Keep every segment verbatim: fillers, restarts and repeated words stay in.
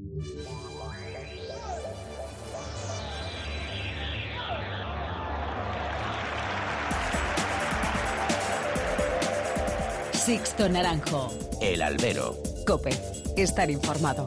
Sixto Naranjo. El Albero. COPE. Estar informado.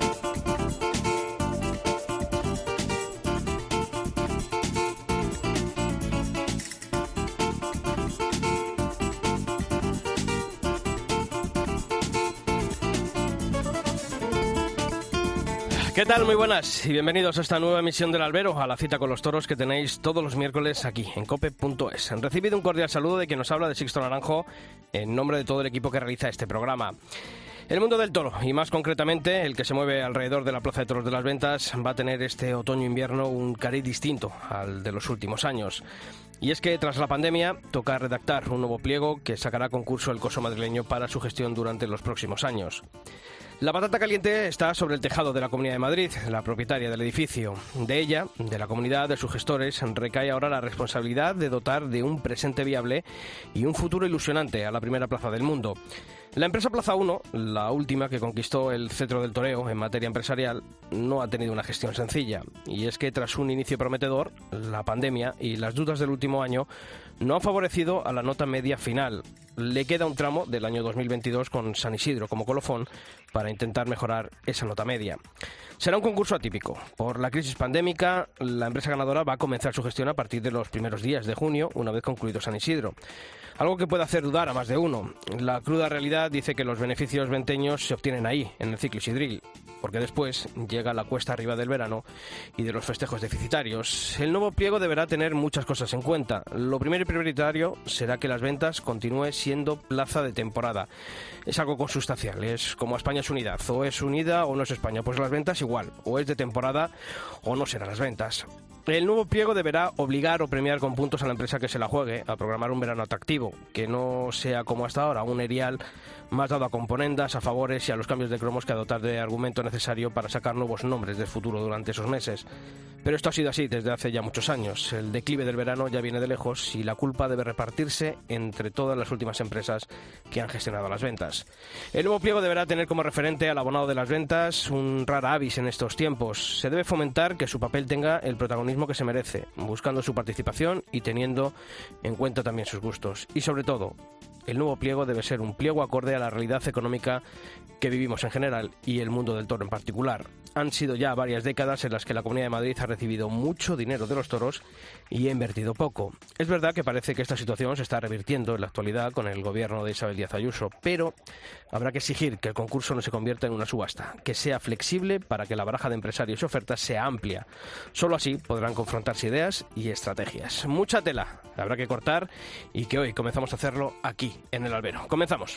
¿Qué tal? Muy buenas y bienvenidos a esta nueva emisión del Albero, a la cita con los toros que tenéis todos los miércoles aquí en cope punto es. Han recibido un cordial saludo de quien nos habla, de Sixto Naranjo, en nombre de todo el equipo que realiza este programa. El mundo del toro, y más concretamente el que se mueve alrededor de la Plaza de Toros de las Ventas, va a tener este otoño-invierno un cariz distinto al de los últimos años. Y es que tras la pandemia toca redactar un nuevo pliego que sacará a concurso el coso madrileño para su gestión durante los próximos años. La patata caliente está sobre el tejado de la Comunidad de Madrid, la propietaria del edificio. De ella, de la comunidad, de sus gestores, recae ahora la responsabilidad de dotar de un presente viable y un futuro ilusionante a la primera plaza del mundo. La empresa Plaza uno, la última que conquistó el cetro del toreo en materia empresarial, no ha tenido una gestión sencilla. Y es que tras un inicio prometedor, la pandemia y las dudas del último año no han favorecido a la nota media final. Le queda un tramo del año dos mil veintidós con San Isidro como colofón para intentar mejorar esa nota media. Será un concurso atípico. Por la crisis pandémica, la empresa ganadora va a comenzar su gestión a partir de los primeros días de junio, una vez concluido San Isidro. Algo que puede hacer dudar a más de uno. La cruda realidad dice que los beneficios venteños se obtienen ahí, en el ciclo isidril, porque después llega la cuesta arriba del verano y de los festejos deficitarios. El nuevo pliego deberá tener muchas cosas en cuenta. Lo primero y prioritario será que las ventas continúe siendo plaza de temporada. Es algo consustancial, es como España es unidad, o es unida o no es España. Pues las ventas igual, o es de temporada o no serán las ventas. El nuevo pliego deberá obligar o premiar con puntos a la empresa que se la juegue a programar un verano atractivo, que no sea como hasta ahora un erial más dado a componendas, a favores y a los cambios de cromos que a dotar de argumento necesario para sacar nuevos nombres del futuro durante esos meses. Pero esto ha sido así desde hace ya muchos años. El declive del verano ya viene de lejos y la culpa debe repartirse entre todas las últimas empresas que han gestionado las ventas. El nuevo pliego deberá tener como referente al abonado de las ventas, un rara avis en estos tiempos. Se debe fomentar que su papel tenga el protagonismo que se merece, buscando su participación y teniendo en cuenta también sus gustos. Y sobre todo, el nuevo pliego debe ser un pliego acorde a la realidad económica que vivimos en general y el mundo del toro en particular. Han sido ya varias décadas en las que la Comunidad de Madrid ha recibido mucho dinero de los toros y ha invertido poco. Es verdad que parece que esta situación se está revirtiendo en la actualidad con el gobierno de Isabel Díaz Ayuso, pero habrá que exigir que el concurso no se convierta en una subasta, que sea flexible para que la baraja de empresarios y ofertas sea amplia. Solo así podrán confrontarse ideas y estrategias. Mucha tela habrá que cortar y que hoy comenzamos a hacerlo aquí, en el Albero. Comenzamos.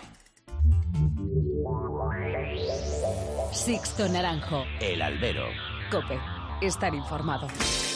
Sixto Naranjo. El Albero. COPE. Estar informado.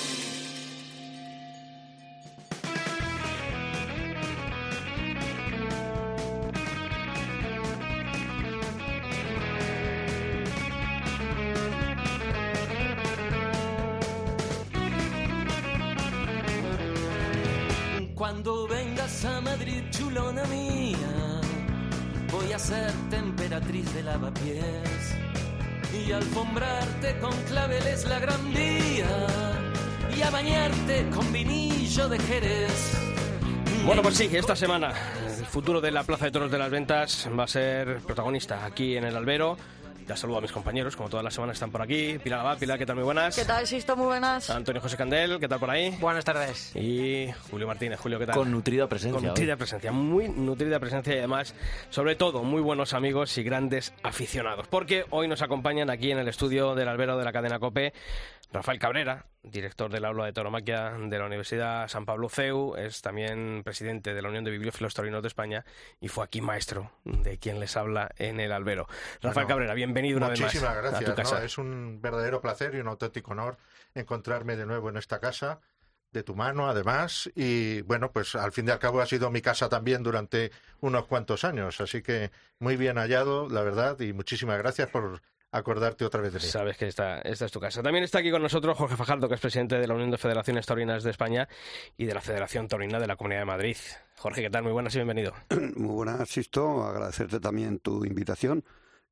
Cuando vengas a Madrid, chulona mía, voy a ser temperatriz de lavapiés y alfombrarte con claveles la Gran Vía y a bañarte con vinillo de Jerez. Bueno, pues sí, esta semana el futuro de la Plaza de Toros de las Ventas va a ser protagonista aquí en el Albero. Ya saludo a mis compañeros, como todas las semanas están por aquí. Pilar Abad, Pilar, ¿qué tal? Muy buenas. ¿Qué tal, Sisto? Muy buenas. Antonio José Candel, ¿qué tal por ahí? Buenas tardes. Y Julio Martínez. Julio, ¿qué tal? Con nutrida presencia. Con nutrida hoy. presencia, muy nutrida presencia y además, sobre todo, muy buenos amigos y grandes aficionados. Porque hoy nos acompañan aquí en el estudio del Albero de la cadena COPE Rafael Cabrera, director del aula de tauromaquia de la Universidad San Pablo C E U, es también presidente de la Unión de Bibliófilos Taurinos de España y fue aquí maestro de quien les habla en el Albero. Rafael bueno, Cabrera, bienvenido una vez más. Muchísimas gracias. A tu casa. ¿no? Es un verdadero placer y un auténtico honor encontrarme de nuevo en esta casa, de tu mano además, y bueno, pues al fin y al cabo ha sido mi casa también durante unos cuantos años, así que muy bien hallado, la verdad, y muchísimas gracias por acordarte otra vez de mí. Sabes que esta, esta es tu casa. También está aquí con nosotros Jorge Fajardo, que es presidente de la Unión de Federaciones Taurinas de España y de la Federación Taurina de la Comunidad de Madrid. Jorge, ¿qué tal? Muy buenas y bienvenido. Muy buenas, Sisto. Agradecerte también tu invitación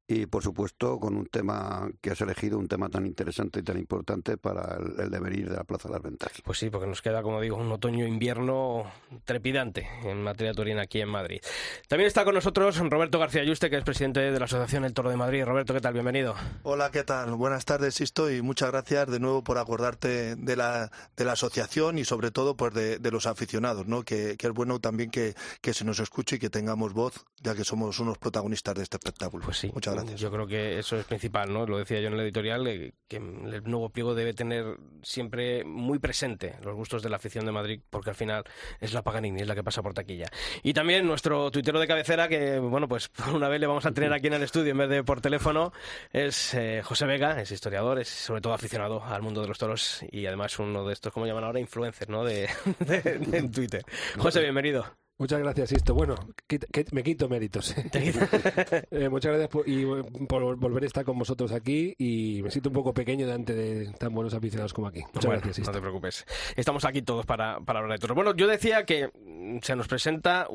y, por supuesto, con un tema que has elegido, un tema tan interesante y tan importante para el, el devenir de la Plaza de las Ventas. Pues sí, porque nos queda, como digo, un otoño-invierno trepidante en materia taurina aquí en Madrid. También está con nosotros Roberto García Yuste, que es presidente de la Asociación El Toro de Madrid. Roberto, ¿qué tal? Bienvenido. Hola, ¿qué tal? Buenas tardes, Sisto, y muchas gracias de nuevo por acordarte de la, de la asociación y sobre todo pues de, de los aficionados, ¿no? Que, que es bueno también que, que se nos escuche y que tengamos voz, ya que somos unos protagonistas de este espectáculo. Pues sí. Muchas gracias. Yo creo que eso es principal, ¿no? Lo decía yo en el editorial, eh, que el nuevo pliego debe tener siempre muy presente los gustos de la afición de Madrid, porque al final es la Paganini, es la que pasa por taquilla. Y también nuestro tuitero de cabecera, que bueno, pues por una vez le vamos a tener aquí en el estudio en vez de por teléfono, es eh, José Vega, es historiador, es sobre todo aficionado al mundo de los toros y además uno de estos, ¿cómo llaman ahora? Influencers, ¿no? De, de, de en Twitter. José, bienvenido. Muchas gracias, Sisto. Bueno, quit, quit, me quito méritos. eh, muchas gracias por, y, por volver a estar con vosotros aquí y me siento un poco pequeño delante de tan buenos aficionados como aquí. Muchas bueno, gracias, Sisto. No te preocupes. Estamos aquí todos para, para hablar de toros. Bueno, yo decía que se nos presenta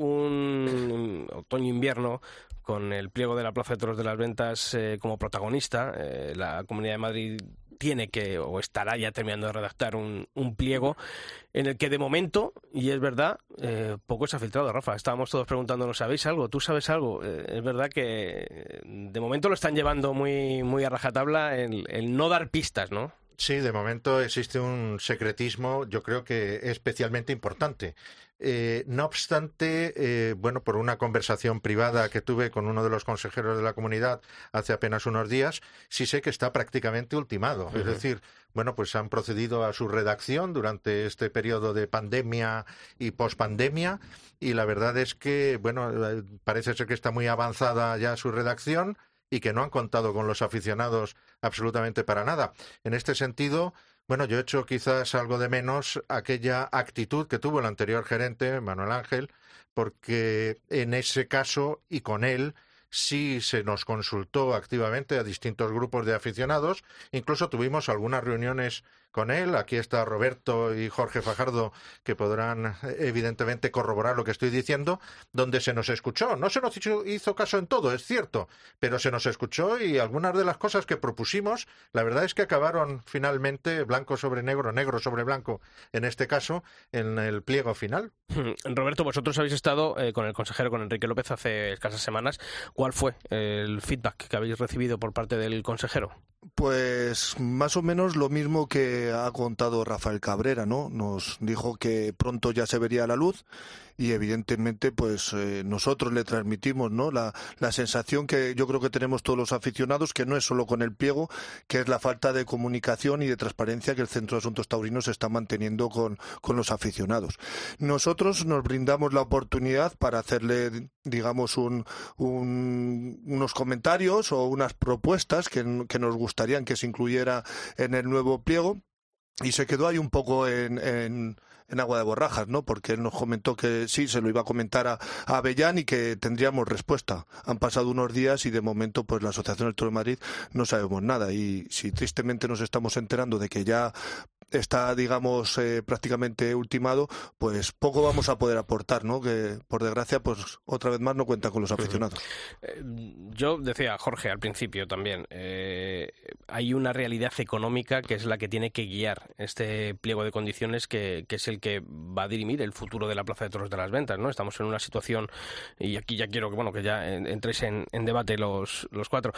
un otoño-invierno con el pliego de la Plaza de Toros de las Ventas eh, como protagonista. Eh, la Comunidad de Madrid tiene que, o estará ya terminando de redactar un, un pliego en el que de momento, y es verdad, eh, poco se ha filtrado, Rafa. Estábamos todos preguntándonos, ¿sabéis algo? ¿Tú sabes algo? Eh, es verdad que de momento lo están llevando muy, muy a rajatabla el, el no dar pistas, ¿no? Sí, de momento existe un secretismo, yo creo que especialmente importante. Eh, no obstante, eh, bueno, por una conversación privada que tuve con uno de los consejeros de la comunidad hace apenas unos días, sí sé que está prácticamente ultimado. Uh-huh. Es decir, bueno, pues han procedido a su redacción durante este periodo de pandemia y pospandemia y la verdad es que, bueno, parece ser que está muy avanzada ya su redacción y que no han contado con los aficionados absolutamente para nada. En este sentido, bueno, yo he hecho quizás algo de menos aquella actitud que tuvo el anterior gerente, Manuel Ángel, porque en ese caso y con él sí se nos consultó activamente a distintos grupos de aficionados, incluso tuvimos algunas reuniones con él. Aquí está Roberto y Jorge Fajardo, que podrán evidentemente corroborar lo que estoy diciendo, donde se nos escuchó. No se nos hizo, hizo caso en todo, es cierto, pero se nos escuchó y algunas de las cosas que propusimos, la verdad es que acabaron finalmente blanco sobre negro, negro sobre blanco, en este caso, en el pliego final. Roberto, vosotros habéis estado eh, con el consejero, con Enrique López, hace escasas semanas. ¿Cuál fue el feedback que habéis recibido por parte del consejero? Pues más o menos lo mismo que ha contado Rafael Cabrera, ¿no? Nos dijo que pronto ya se vería la luz y evidentemente pues eh, nosotros le transmitimos, ¿no? La, la sensación que yo creo que tenemos todos los aficionados, que no es solo con el pliego, que es la falta de comunicación y de transparencia que el Centro de Asuntos Taurinos está manteniendo con, con los aficionados. Nosotros nos brindamos la oportunidad para hacerle, digamos, un, un, unos comentarios o unas propuestas que, que nos gustarían que se incluyera en el nuevo pliego. Y se quedó ahí un poco en, en, en agua de borrajas, ¿no? Porque él nos comentó que sí, se lo iba a comentar a, a Avellán y que tendríamos respuesta. Han pasado unos días y de momento pues la Asociación del Toro de Madrid no sabemos nada. Y si tristemente nos estamos enterando de que ya está, digamos, eh, prácticamente ultimado, pues poco vamos a poder aportar, ¿no? Que por desgracia, pues otra vez más no cuenta con los aficionados. Eh, yo decía, Jorge, al principio también, eh, hay una realidad económica que es la que tiene que guiar este pliego de condiciones que, que es el que va a dirimir el futuro de la Plaza de Toros de las Ventas, ¿no? Estamos en una situación, y aquí ya quiero que, bueno, que ya entréis en, en debate los, los cuatro.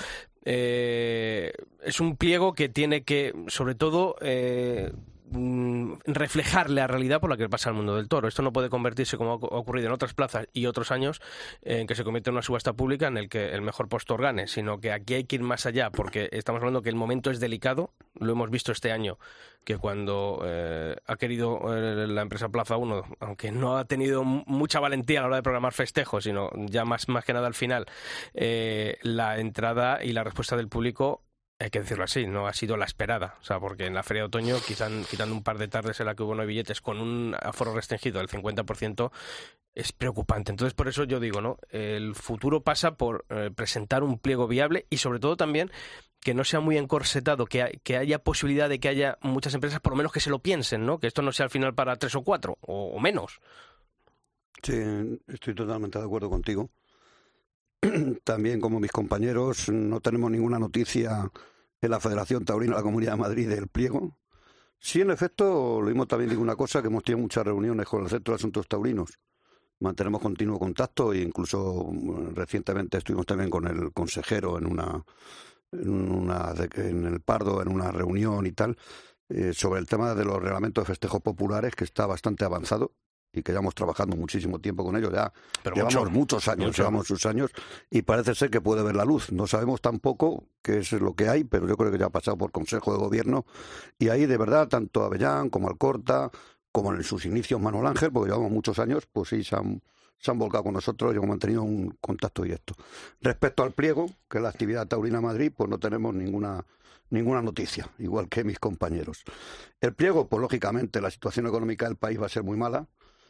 Eh, es un pliego que tiene que, sobre todo, eh, reflejar la realidad por la que pasa el mundo del toro. Esto no puede convertirse, como ha ocurrido en otras plazas y otros años, en que se convierte en una subasta pública en el que el mejor postor gane, sino que aquí hay que ir más allá, porque estamos hablando que el momento es delicado. Lo hemos visto este año, que cuando eh, ha querido eh, la empresa Plaza uno, aunque no ha tenido mucha valentía a la hora de programar festejos, sino ya más, más que nada al final, eh, la entrada y la respuesta del público, hay que decirlo así, no ha sido la esperada. O sea, porque en la Feria de Otoño, quitando, quitando un par de tardes en la que hubo nueve billetes con un aforo restringido del cincuenta por ciento, es preocupante. Entonces, por eso yo digo, ¿no? El futuro pasa por eh, presentar un pliego viable y, sobre todo, también que no sea muy encorsetado, que, hay, que haya posibilidad de que haya muchas empresas, por lo menos que se lo piensen, ¿no? Que esto no sea al final para tres o cuatro, o, o menos. Sí, estoy totalmente de acuerdo contigo. también como mis compañeros, no tenemos ninguna noticia en la Federación Taurina de la Comunidad de Madrid del pliego. Sí, en efecto, lo mismo también digo una cosa, que hemos tenido muchas reuniones con el Centro de Asuntos Taurinos. Mantenemos continuo contacto e incluso recientemente estuvimos también con el consejero en una, en, una, en el Pardo, en una reunión y tal, eh, sobre el tema de los reglamentos de festejos populares, que está bastante avanzado y que llevamos trabajando muchísimo tiempo con ellos. Ya Pero llevamos mucho, muchos años, mucho. llevamos sus años y parece ser que puede ver la luz. No sabemos tampoco qué es lo que hay, pero yo creo que ya ha pasado por Consejo de Gobierno y ahí de verdad, tanto Avellán como Alcorta, como en sus inicios Manuel Ángel, porque llevamos muchos años, pues sí, se han, se han volcado con nosotros y hemos mantenido un contacto directo. Respecto al pliego, que es la actividad taurina Madrid, pues no tenemos ninguna ninguna noticia, igual que mis compañeros. El pliego, pues lógicamente la situación económica del país va a ser muy mala,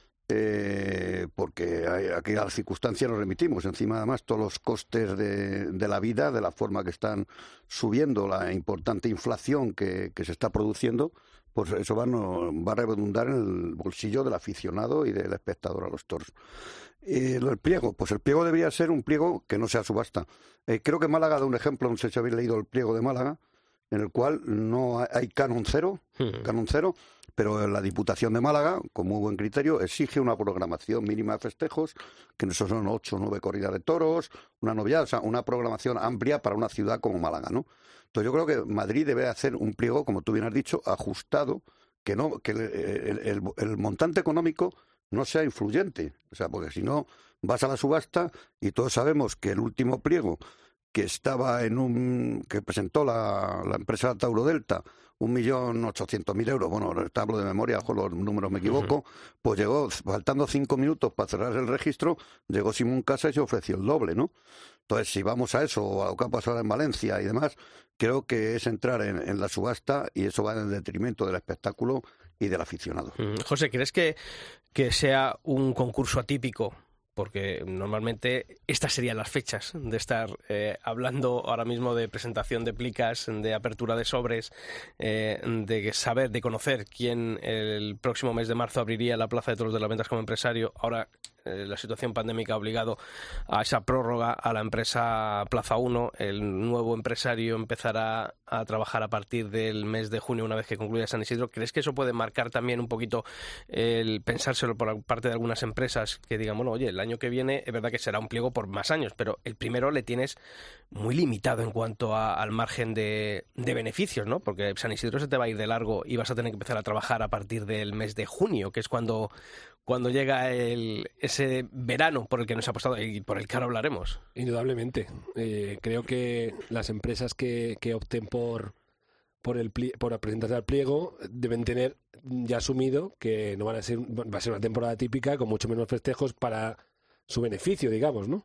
eh, porque hay, aquí a las circunstancias nos remitimos. Encima, además, todos los costes de, de la vida, de la forma que están subiendo, la importante inflación que, que se está produciendo, pues eso va, no, va a redundar en el bolsillo del aficionado y del espectador a los toros. Eh, el pliego, pues el pliego debería ser un pliego que no sea subasta. Eh, creo que Málaga da un ejemplo, no sé si habéis leído el pliego de Málaga, en el cual no hay, hay canon cero, hmm. canon cero, pero la Diputación de Málaga, con muy buen criterio, exige una programación mínima de festejos, que en eso son ocho o nueve corridas de toros, una novedad, o sea, una programación amplia para una ciudad como Málaga, ¿no? Entonces yo creo que Madrid debe hacer un pliego, como tú bien has dicho, ajustado, que no, que el, el, el, el montante económico no sea influyente, o sea, porque si no vas a la subasta y todos sabemos que el último pliego que estaba en un que presentó la, la empresa Tauro Delta, un millón ochocientos mil euros, bueno, hablo de memoria, ojo, los números me equivoco, uh-huh. pues llegó, faltando cinco minutos para cerrar el registro, llegó Simón Casa y se ofreció el doble, ¿no? Entonces, si vamos a eso, o a lo que ha pasado en Valencia y demás, creo que es entrar en, en la subasta y eso va en detrimento del espectáculo y del aficionado. Uh-huh. José, ¿crees que, que sea un concurso atípico? Porque normalmente estas serían las fechas de estar eh, hablando ahora mismo de presentación de plicas, de apertura de sobres, eh, de saber, de conocer quién el próximo mes de marzo abriría la Plaza de Toros de las Ventas como empresario. Ahora eh, la situación pandémica ha obligado a esa prórroga a la empresa Plaza uno. El nuevo empresario empezará a trabajar a partir del mes de junio, una vez que concluya San Isidro. ¿Crees que eso puede marcar también un poquito el pensárselo por parte de algunas empresas que digan, bueno, oye, el año que viene es verdad que será un pliego por más años, pero el primero le tienes muy limitado en cuanto a, al margen de, de beneficios, ¿no? Porque San Isidro se te va a ir de largo y vas a tener que empezar a trabajar a partir del mes de junio, que es cuando, cuando llega el, ese verano por el que nos ha apostado y por el que ahora hablaremos. Indudablemente. Eh, creo que las empresas que, que opten por por el pli- por presentarse al pliego deben tener ya asumido que no van a ser va a ser una temporada típica con mucho menos festejos para su beneficio, digamos, ¿no?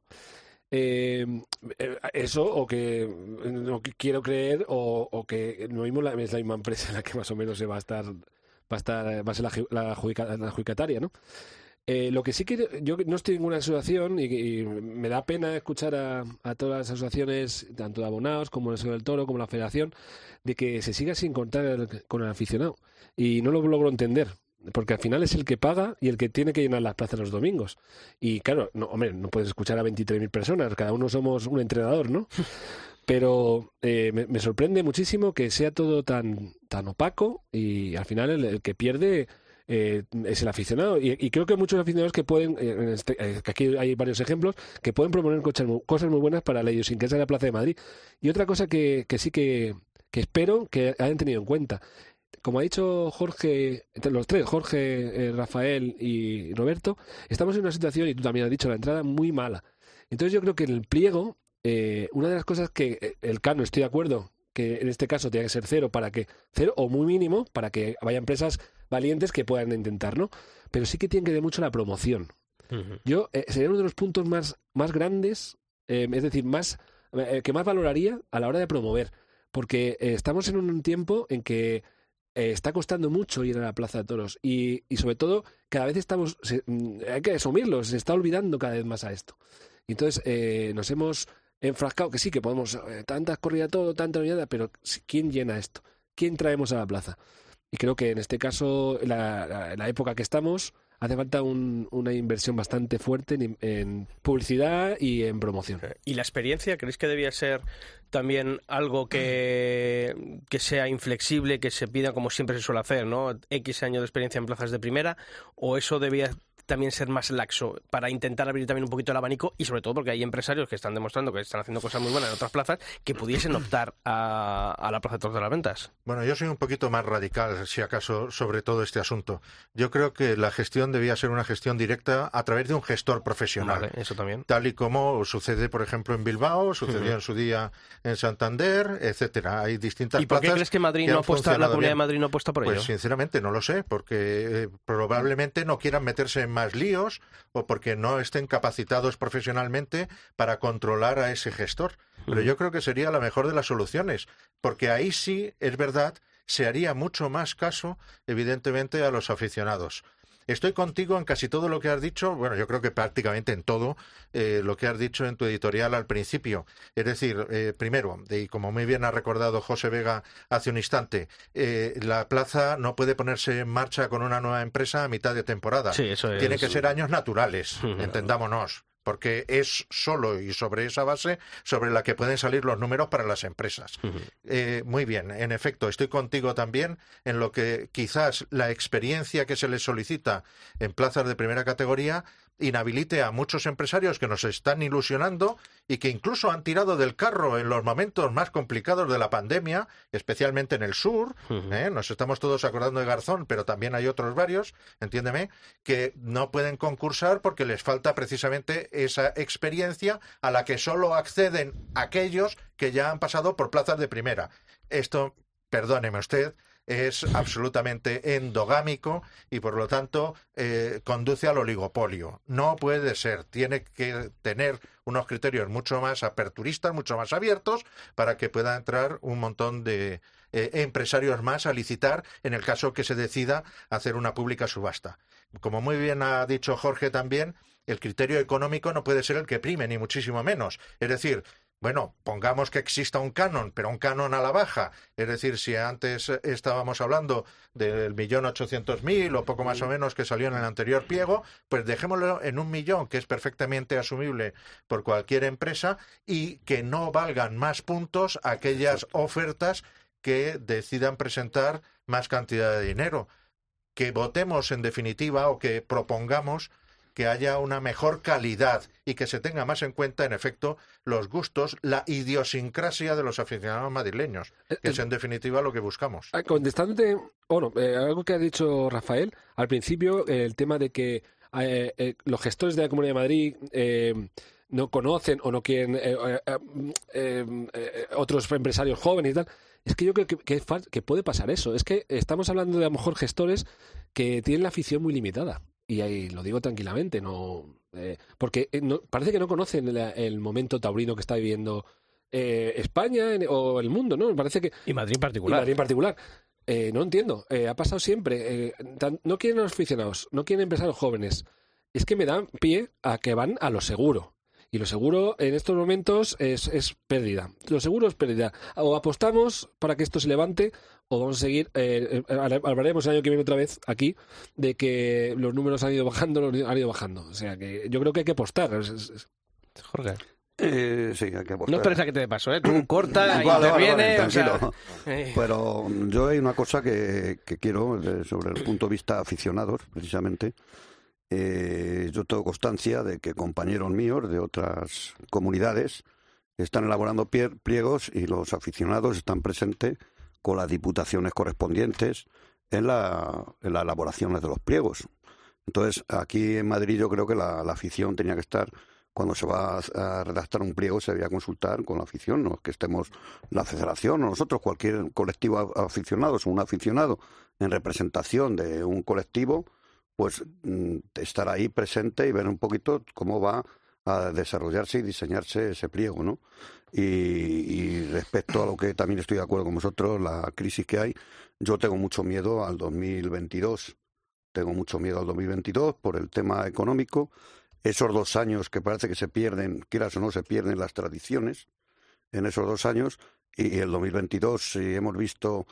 Eh, eso o que no quiero creer o, o que no mismo la, es la misma empresa en la que más o menos se va a estar va a estar va a ser la, la, adjudica, la adjudicataria, ¿no? Eh, lo que sí que yo no estoy en ninguna asociación y, y me da pena escuchar a, a todas las asociaciones, tanto de abonados como el Señor del Toro, como la Federación, de que se siga sin contar el, con el aficionado. Y no lo logro entender, porque al final es el que paga y el que tiene que llenar las plazas los domingos. Y claro, no, hombre, no puedes escuchar a veintitrés mil personas, cada uno somos un entrenador, ¿no? Pero eh, me, me sorprende muchísimo que sea todo tan, tan opaco y al final el, el que pierde... Eh, es el aficionado y, y creo que hay muchos aficionados que pueden eh, en este, eh, aquí hay varios ejemplos que pueden proponer cosas, cosas muy buenas para la idiosincrasia de la Plaza de Madrid. Y otra cosa que, que sí que, que espero que hayan tenido en cuenta, como ha dicho Jorge, los tres, Jorge, eh, Rafael y Roberto, estamos en una situación, y tú también has dicho, la entrada muy mala. Entonces yo creo que en el pliego eh, una de las cosas que eh, el canon, estoy de acuerdo que en este caso tiene que ser cero para que cero o muy mínimo para que vaya empresas valientes que puedan intentar, ¿no? Pero sí que tiene que ver mucho la promoción. Uh-huh. Yo eh, sería uno de los puntos más, más grandes, eh, es decir, más eh, que más valoraría a la hora de promover, porque eh, estamos en un tiempo en que eh, está costando mucho ir a la Plaza de Toros y, y sobre todo cada vez estamos, se, hay que asumirlo, se está olvidando cada vez más a esto. Y entonces eh, nos hemos enfrascado, que sí, que podemos, eh, tantas corridas todo, tanta unidad, pero ¿quién llena esto? ¿Quién traemos a la plaza? Y creo que en este caso, la, la, la época que estamos, hace falta un, una inversión bastante fuerte en, en publicidad y en promoción. ¿Y la experiencia? ¿Creéis que debía ser también algo que, que sea inflexible, que se pida como siempre se suele hacer, ¿no? X años de experiencia en plazas de primera, o eso debía también ser más laxo para intentar abrir también un poquito el abanico y sobre todo porque hay empresarios que están demostrando que están haciendo cosas muy buenas en otras plazas que pudiesen optar a, a la plaza de toros de las ventas? Bueno, yo soy un poquito más radical, si acaso, sobre todo este asunto. Yo creo que la gestión debía ser una gestión directa a través de un gestor profesional. Vale, eso también. Tal y como sucede, por ejemplo, en Bilbao, sucedió uh-huh. en su día en Santander, etcétera. Hay distintas ¿Y por qué plazas crees que Madrid que no apuesta, la Comunidad bien. de Madrid no apuesta por ello? Pues sinceramente no lo sé, porque eh, probablemente no quieran meterse en más líos o porque no estén capacitados profesionalmente para controlar a ese gestor. Pero yo creo que sería la mejor de las soluciones, porque ahí sí, es verdad, se haría mucho más caso, evidentemente, a los aficionados. Estoy contigo en casi todo lo que has dicho, bueno, yo creo que prácticamente en todo eh, lo que has dicho en tu editorial al principio. Es decir, eh, primero, y como muy bien ha recordado José Vega hace un instante, eh, la plaza no puede ponerse en marcha con una nueva empresa a mitad de temporada. Sí, eso es... Tiene que ser años naturales, entendámonos. Porque es solo y sobre esa base sobre la que pueden salir los números para las empresas. Uh-huh. Eh, muy bien, en efecto, estoy contigo también en lo que quizás la experiencia que se les solicita en plazas de primera categoría inhabilite a muchos empresarios que nos están ilusionando y que incluso han tirado del carro en los momentos más complicados de la pandemia, especialmente en el sur. Uh-huh. ¿eh? Nos estamos todos acordando de Garzón, pero también hay otros varios, entiéndeme, que no pueden concursar porque les falta precisamente esa experiencia a la que solo acceden aquellos que ya han pasado por plazas de primera. Esto, perdóneme usted, es absolutamente endogámico y, por lo tanto, eh, conduce al oligopolio. No puede ser. Tiene que tener unos criterios mucho más aperturistas, mucho más abiertos, para que pueda entrar un montón de eh, empresarios más a licitar en el caso que se decida hacer una pública subasta. Como muy bien ha dicho Jorge también, el criterio económico no puede ser el que prime, ni muchísimo menos. Es decir, bueno, pongamos que exista un canon, pero un canon a la baja. Es decir, si antes estábamos hablando del millón ochocientos mil o poco más o menos que salió en el anterior pliego, pues dejémoslo en un millón, que es perfectamente asumible por cualquier empresa y que no valgan más puntos aquellas ofertas que decidan presentar más cantidad de dinero. Que votemos en definitiva o que propongamos que haya una mejor calidad y que se tenga más en cuenta, en efecto, los gustos, la idiosincrasia de los aficionados madrileños, que es en definitiva lo que buscamos. Contestándote, bueno, eh, algo que ha dicho Rafael, al principio, eh, el tema de que eh, eh, los gestores de la Comunidad de Madrid eh, no conocen o no quieren eh, eh, eh, eh, otros empresarios jóvenes y tal. Es que yo creo que, que, que puede pasar eso. Es que estamos hablando de a lo mejor gestores que tienen la afición muy limitada. Y ahí lo digo tranquilamente, no eh, porque no, parece que no conocen el, el momento taurino que está viviendo eh, España en, o el mundo, ¿no? Parece que y Madrid en particular. Y Madrid en particular. Eh, no entiendo. Eh, ha pasado siempre. Eh, tan, no quieren a los aficionados, no quieren empresarios jóvenes. Es que me dan pie a que van a lo seguro. Y lo seguro en estos momentos es, es pérdida. Lo seguro es pérdida. O apostamos para que esto se levante o vamos a seguir, eh, hablaremos el año que viene otra vez aquí, de que los números han ido bajando, han ido bajando. O sea, que yo creo que hay que apostar. Es, es... Jorge. Eh, sí, hay que apostar. No esperes a que te dé paso, ¿eh? Tú corta, vale, interviene... vale, vale, tranquilo. O sea... Pero yo hay una cosa que, que quiero, sobre el punto de vista aficionados, precisamente. Eh, yo tengo constancia de que compañeros míos de otras comunidades están elaborando pliegos y los aficionados están presentes con las diputaciones correspondientes en la, en las elaboraciones de los pliegos. Entonces, aquí en Madrid yo creo que la, la afición tenía que estar, cuando se va a, a redactar un pliego, se debía consultar con la afición, no que estemos la federación o nosotros, cualquier colectivo aficionado o un aficionado en representación de un colectivo, pues estar ahí presente y ver un poquito cómo va a desarrollarse y diseñarse ese pliego, ¿no? Y, y respecto a lo que también estoy de acuerdo con vosotros, la crisis que hay, yo tengo mucho miedo al dos mil veintidós. Tengo mucho miedo al dos mil veintidós por el tema económico. Esos dos años que parece que se pierden, quieras o no, se pierden las tradiciones en esos dos años. Y el dos mil veintidós, si hemos visto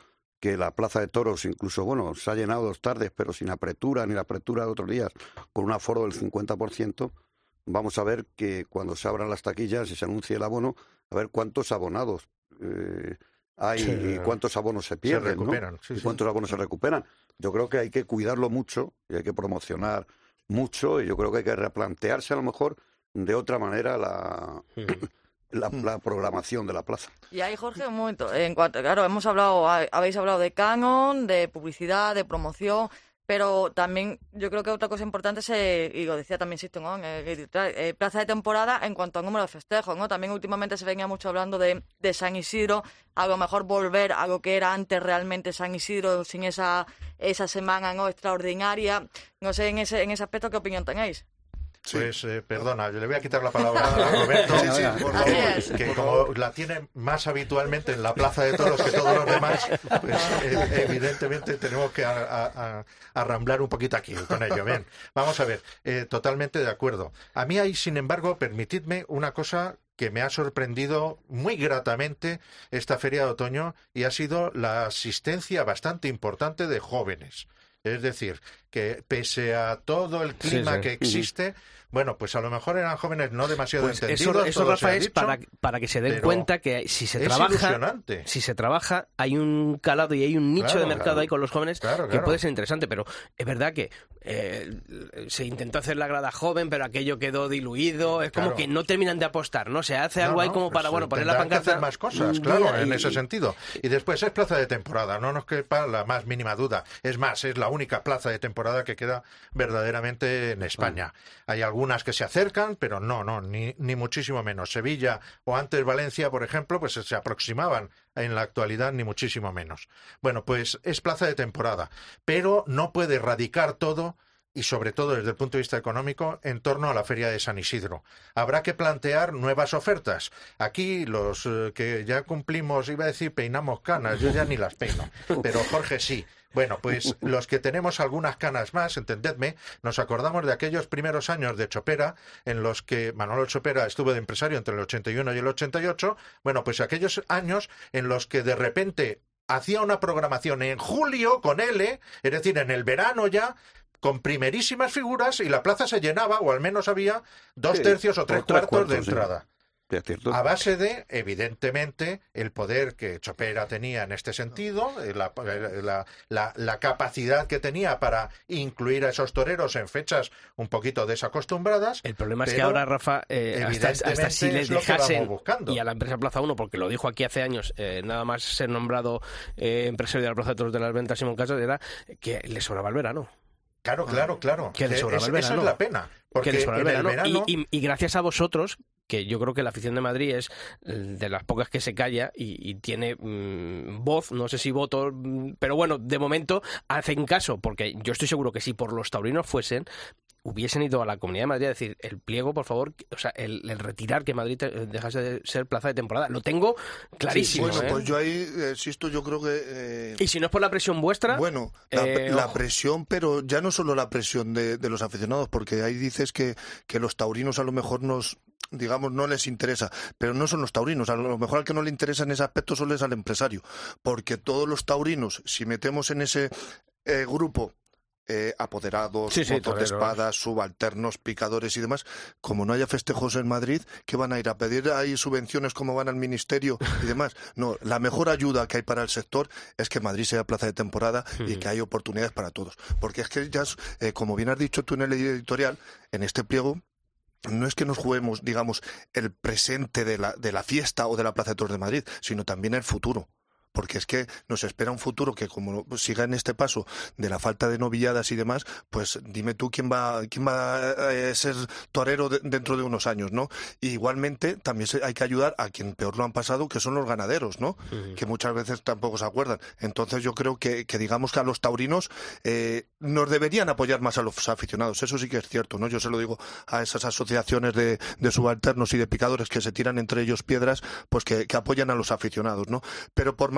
que la Plaza de Toros, incluso, bueno, se ha llenado dos tardes, pero sin apertura, ni la apertura de otros días, con un aforo del cincuenta por ciento, vamos a ver que cuando se abran las taquillas y se anuncie el abono, a ver cuántos abonados eh, hay sí, y cuántos abonos se pierden, se recuperan, ¿no? Sí, y sí. cuántos abonos se recuperan. Yo creo que hay que cuidarlo mucho y hay que promocionar mucho, y yo creo que hay que replantearse a lo mejor de otra manera la... Sí. La, la programación de la plaza. Y ahí, Jorge, un momento. En cuanto, claro, hemos hablado, habéis hablado de canon, de publicidad, de promoción, pero también yo creo que otra cosa importante es, eh, y lo decía también Sixto, ¿no? Eh, eh, plaza de temporada en cuanto al número de festejos, ¿no? También últimamente se venía mucho hablando de, de San Isidro, a lo mejor volver a lo que era antes realmente San Isidro, sin esa esa semana, ¿no?, extraordinaria. No sé, en ese en ese aspecto, ¿qué opinión tenéis? Pues eh, perdona, yo le voy a quitar la palabra a Roberto, sí, sí, por favor, que como la tiene más habitualmente en la Plaza de Toros que todos los demás, pues eh, evidentemente tenemos que a, a, a arramblar un poquito aquí con ello. Bien, vamos a ver, eh, totalmente de acuerdo. A mí hay, sin embargo, permitidme una cosa que me ha sorprendido muy gratamente esta feria de otoño, y ha sido la asistencia bastante importante de jóvenes. Es decir, que pese a todo el clima sí, sí. que existe, bueno, pues a lo mejor eran jóvenes no demasiado pues entendidos. Eso, eso Rafa, es dicho, para, para que se den cuenta que si se trabaja, si se trabaja, hay un calado y hay un nicho claro, de mercado claro. ahí con los jóvenes claro, que claro. puede ser interesante. Pero es verdad que eh, se intentó hacer la grada joven, pero aquello quedó diluido. Es como claro. que no terminan de apostar, ¿no? Se hace algo no, ahí como pues para, bueno, poner la pancarta. Que hacer más cosas, claro, y, en ese sentido. Y después es plaza de temporada, no nos quepa la más mínima duda. Es más, es la única plaza de temporada que queda verdaderamente en España. Mm. Hay algunas que se acercan, pero no, no, ni, ni muchísimo menos. Sevilla o antes Valencia, por ejemplo, pues se aproximaban en la actualidad, ni muchísimo menos. Bueno, pues es plaza de temporada, pero no puede radicar todo, y sobre todo desde el punto de vista económico, en torno a la Feria de San Isidro. Habrá que plantear nuevas ofertas. Aquí los eh, que ya cumplimos, iba a decir peinamos canas, yo ya ni las peino, pero Jorge sí. Bueno, pues los que tenemos algunas canas más, entendedme, nos acordamos de aquellos primeros años de Chopera, en los que Manolo Chopera estuvo de empresario entre el ochenta y uno y el ochenta y ocho, bueno, pues aquellos años en los que de repente hacía una programación en julio con L, es decir, en el verano ya, con primerísimas figuras, y la plaza se llenaba, o al menos había dos sí, tercios o tres, tres cuartos, cuartos de entrada. Sí. A base de, evidentemente, el poder que Chopera tenía en este sentido, la, la, la, la capacidad que tenía para incluir a esos toreros en fechas un poquito desacostumbradas. El problema es que ahora, Rafa, eh, hasta, hasta si les dejasen, y a la empresa Plaza uno, porque lo dijo aquí hace años, eh, nada más ser nombrado eh, empresario de la Plaza de Toros de las Ventas, Simón Casas, era que le sobraba el verano. Claro, claro, claro. Que le sobraba el verano. Esa es la pena. Porque que le sobraba en el verano. El verano... Y, y, y gracias a vosotros, que yo creo que la afición de Madrid es de las pocas que se calla y, y tiene mmm, voz, no sé si voto, pero bueno, de momento hacen caso, porque yo estoy seguro que si por los taurinos fuesen, hubiesen ido a la Comunidad de Madrid a decir el pliego, por favor, o sea, el, el retirar que Madrid te, dejase de ser plaza de temporada. Lo tengo clarísimo. Sí, bueno, ¿eh? pues yo ahí, insisto, yo creo que... Eh... Y si no es por la presión vuestra... Bueno, la, eh, la presión, pero ya no solo la presión de, de los aficionados, porque ahí dices que, que los taurinos a lo mejor nos... digamos, no les interesa, pero no son los taurinos, a lo mejor al que no le interesa en ese aspecto solo es al empresario, porque todos los taurinos, si metemos en ese eh, grupo eh, apoderados, sí, sí, motos de espadas, subalternos, picadores y demás, como no haya festejos en Madrid, ¿qué van a ir a pedir ahí subvenciones como van al ministerio y demás? No, la mejor ayuda que hay para el sector es que Madrid sea plaza de temporada mm. y que hay oportunidades para todos, porque es que ya, eh, como bien has dicho tú en el editorial, en este pliego, no es que nos juguemos, digamos, el presente de la, de la fiesta o de la Plaza de Toros de Madrid, sino también el futuro. Porque es que nos espera un futuro que, como siga en este paso de la falta de novilladas y demás, pues dime tú quién va quién va a ser torero de, dentro de unos años, ¿no? Y igualmente también hay que ayudar a quien peor lo han pasado, que son los ganaderos, ¿no? Uh-huh. Que muchas veces tampoco se acuerdan. Entonces yo creo que, que digamos que a los taurinos eh, nos deberían apoyar más a los aficionados. Eso sí que es cierto, ¿no? Yo se lo digo a esas asociaciones de, de subalternos y de picadores que se tiran entre ellos piedras, pues que, que apoyan a los aficionados, ¿no? Pero por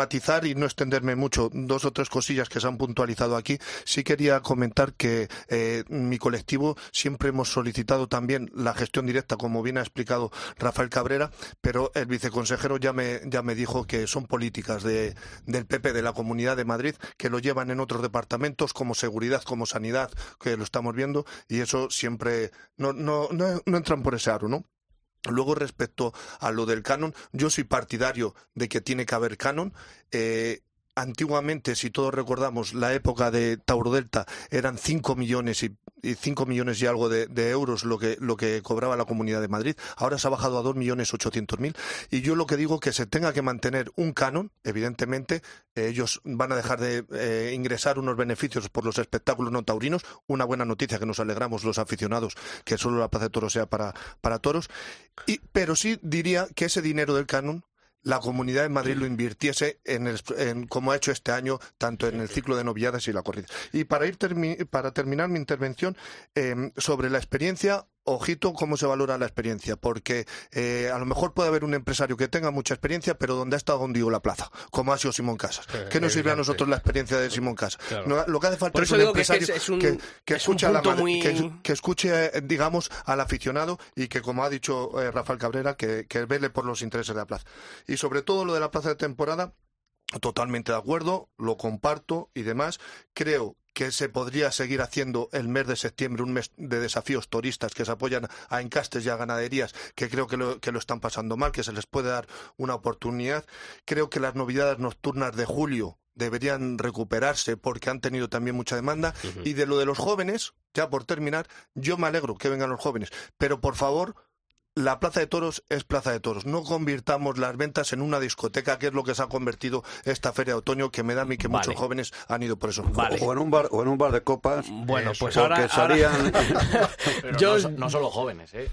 matizar y no extenderme mucho, dos o tres cosillas que se han puntualizado aquí. Sí quería comentar que eh, mi colectivo siempre hemos solicitado también la gestión directa, como bien ha explicado Rafael Cabrera, pero el viceconsejero ya me, ya me dijo que son políticas de, del P P de la Comunidad de Madrid, que lo llevan en otros departamentos como seguridad, como sanidad, que lo estamos viendo, y eso siempre no, no, no, no entran por ese aro, ¿no? Luego, respecto a lo del canon, yo soy partidario de que tiene que haber canon. Eh, Antiguamente, si todos recordamos, la época de Tauro Delta eran cinco millones y, y cinco millones y algo de, de euros lo que, lo que cobraba la Comunidad de Madrid. Ahora se ha bajado a dos millones ochocientos mil. Y yo lo que digo que se tenga que mantener un canon, evidentemente, eh, ellos van a dejar de eh, ingresar unos beneficios por los espectáculos no taurinos. Una buena noticia, que nos alegramos los aficionados, que solo la Plaza de Toros sea para, para toros. Y, pero sí diría que ese dinero del canon la Comunidad de Madrid lo invirtiese en, el, en como ha hecho este año, tanto en el ciclo de novilladas y la corrida. Y para ir termi para terminar mi intervención eh, sobre la experiencia, ojito cómo se valora la experiencia, porque eh, a lo mejor puede haber un empresario que tenga mucha experiencia, pero donde ha estado hundido la plaza, como ha sido Simón Casas. ¿Qué nos sirve a nosotros la experiencia de Simón Casas? Claro. No, lo que hace falta es un empresario que, es, es un, que, que, es escuche un a la, muy... que, que escuche, digamos, al aficionado y que, como ha dicho eh, Rafael Cabrera, que, que vele por los intereses de la plaza. Y sobre todo lo de la plaza de temporada, totalmente de acuerdo, lo comparto y demás. Creo que se podría seguir haciendo el mes de septiembre un mes de desafíos turistas que se apoyan a encastes y a ganaderías que creo que lo, que lo están pasando mal, que se les puede dar una oportunidad. Creo que las novedades nocturnas de julio deberían recuperarse porque han tenido también mucha demanda. Uh-huh. Y de lo de los jóvenes, ya por terminar, yo me alegro que vengan los jóvenes, pero por favor, la Plaza de Toros es Plaza de Toros. No convirtamos las ventas en una discoteca, que es lo que se ha convertido esta feria de otoño, que me da a mí que vale. muchos jóvenes han ido por eso. Vale. O en un bar, o en un bar de copas. Bueno, pues porque ahora, salían... ahora... Pero yo... no, no solo jóvenes, ¿eh?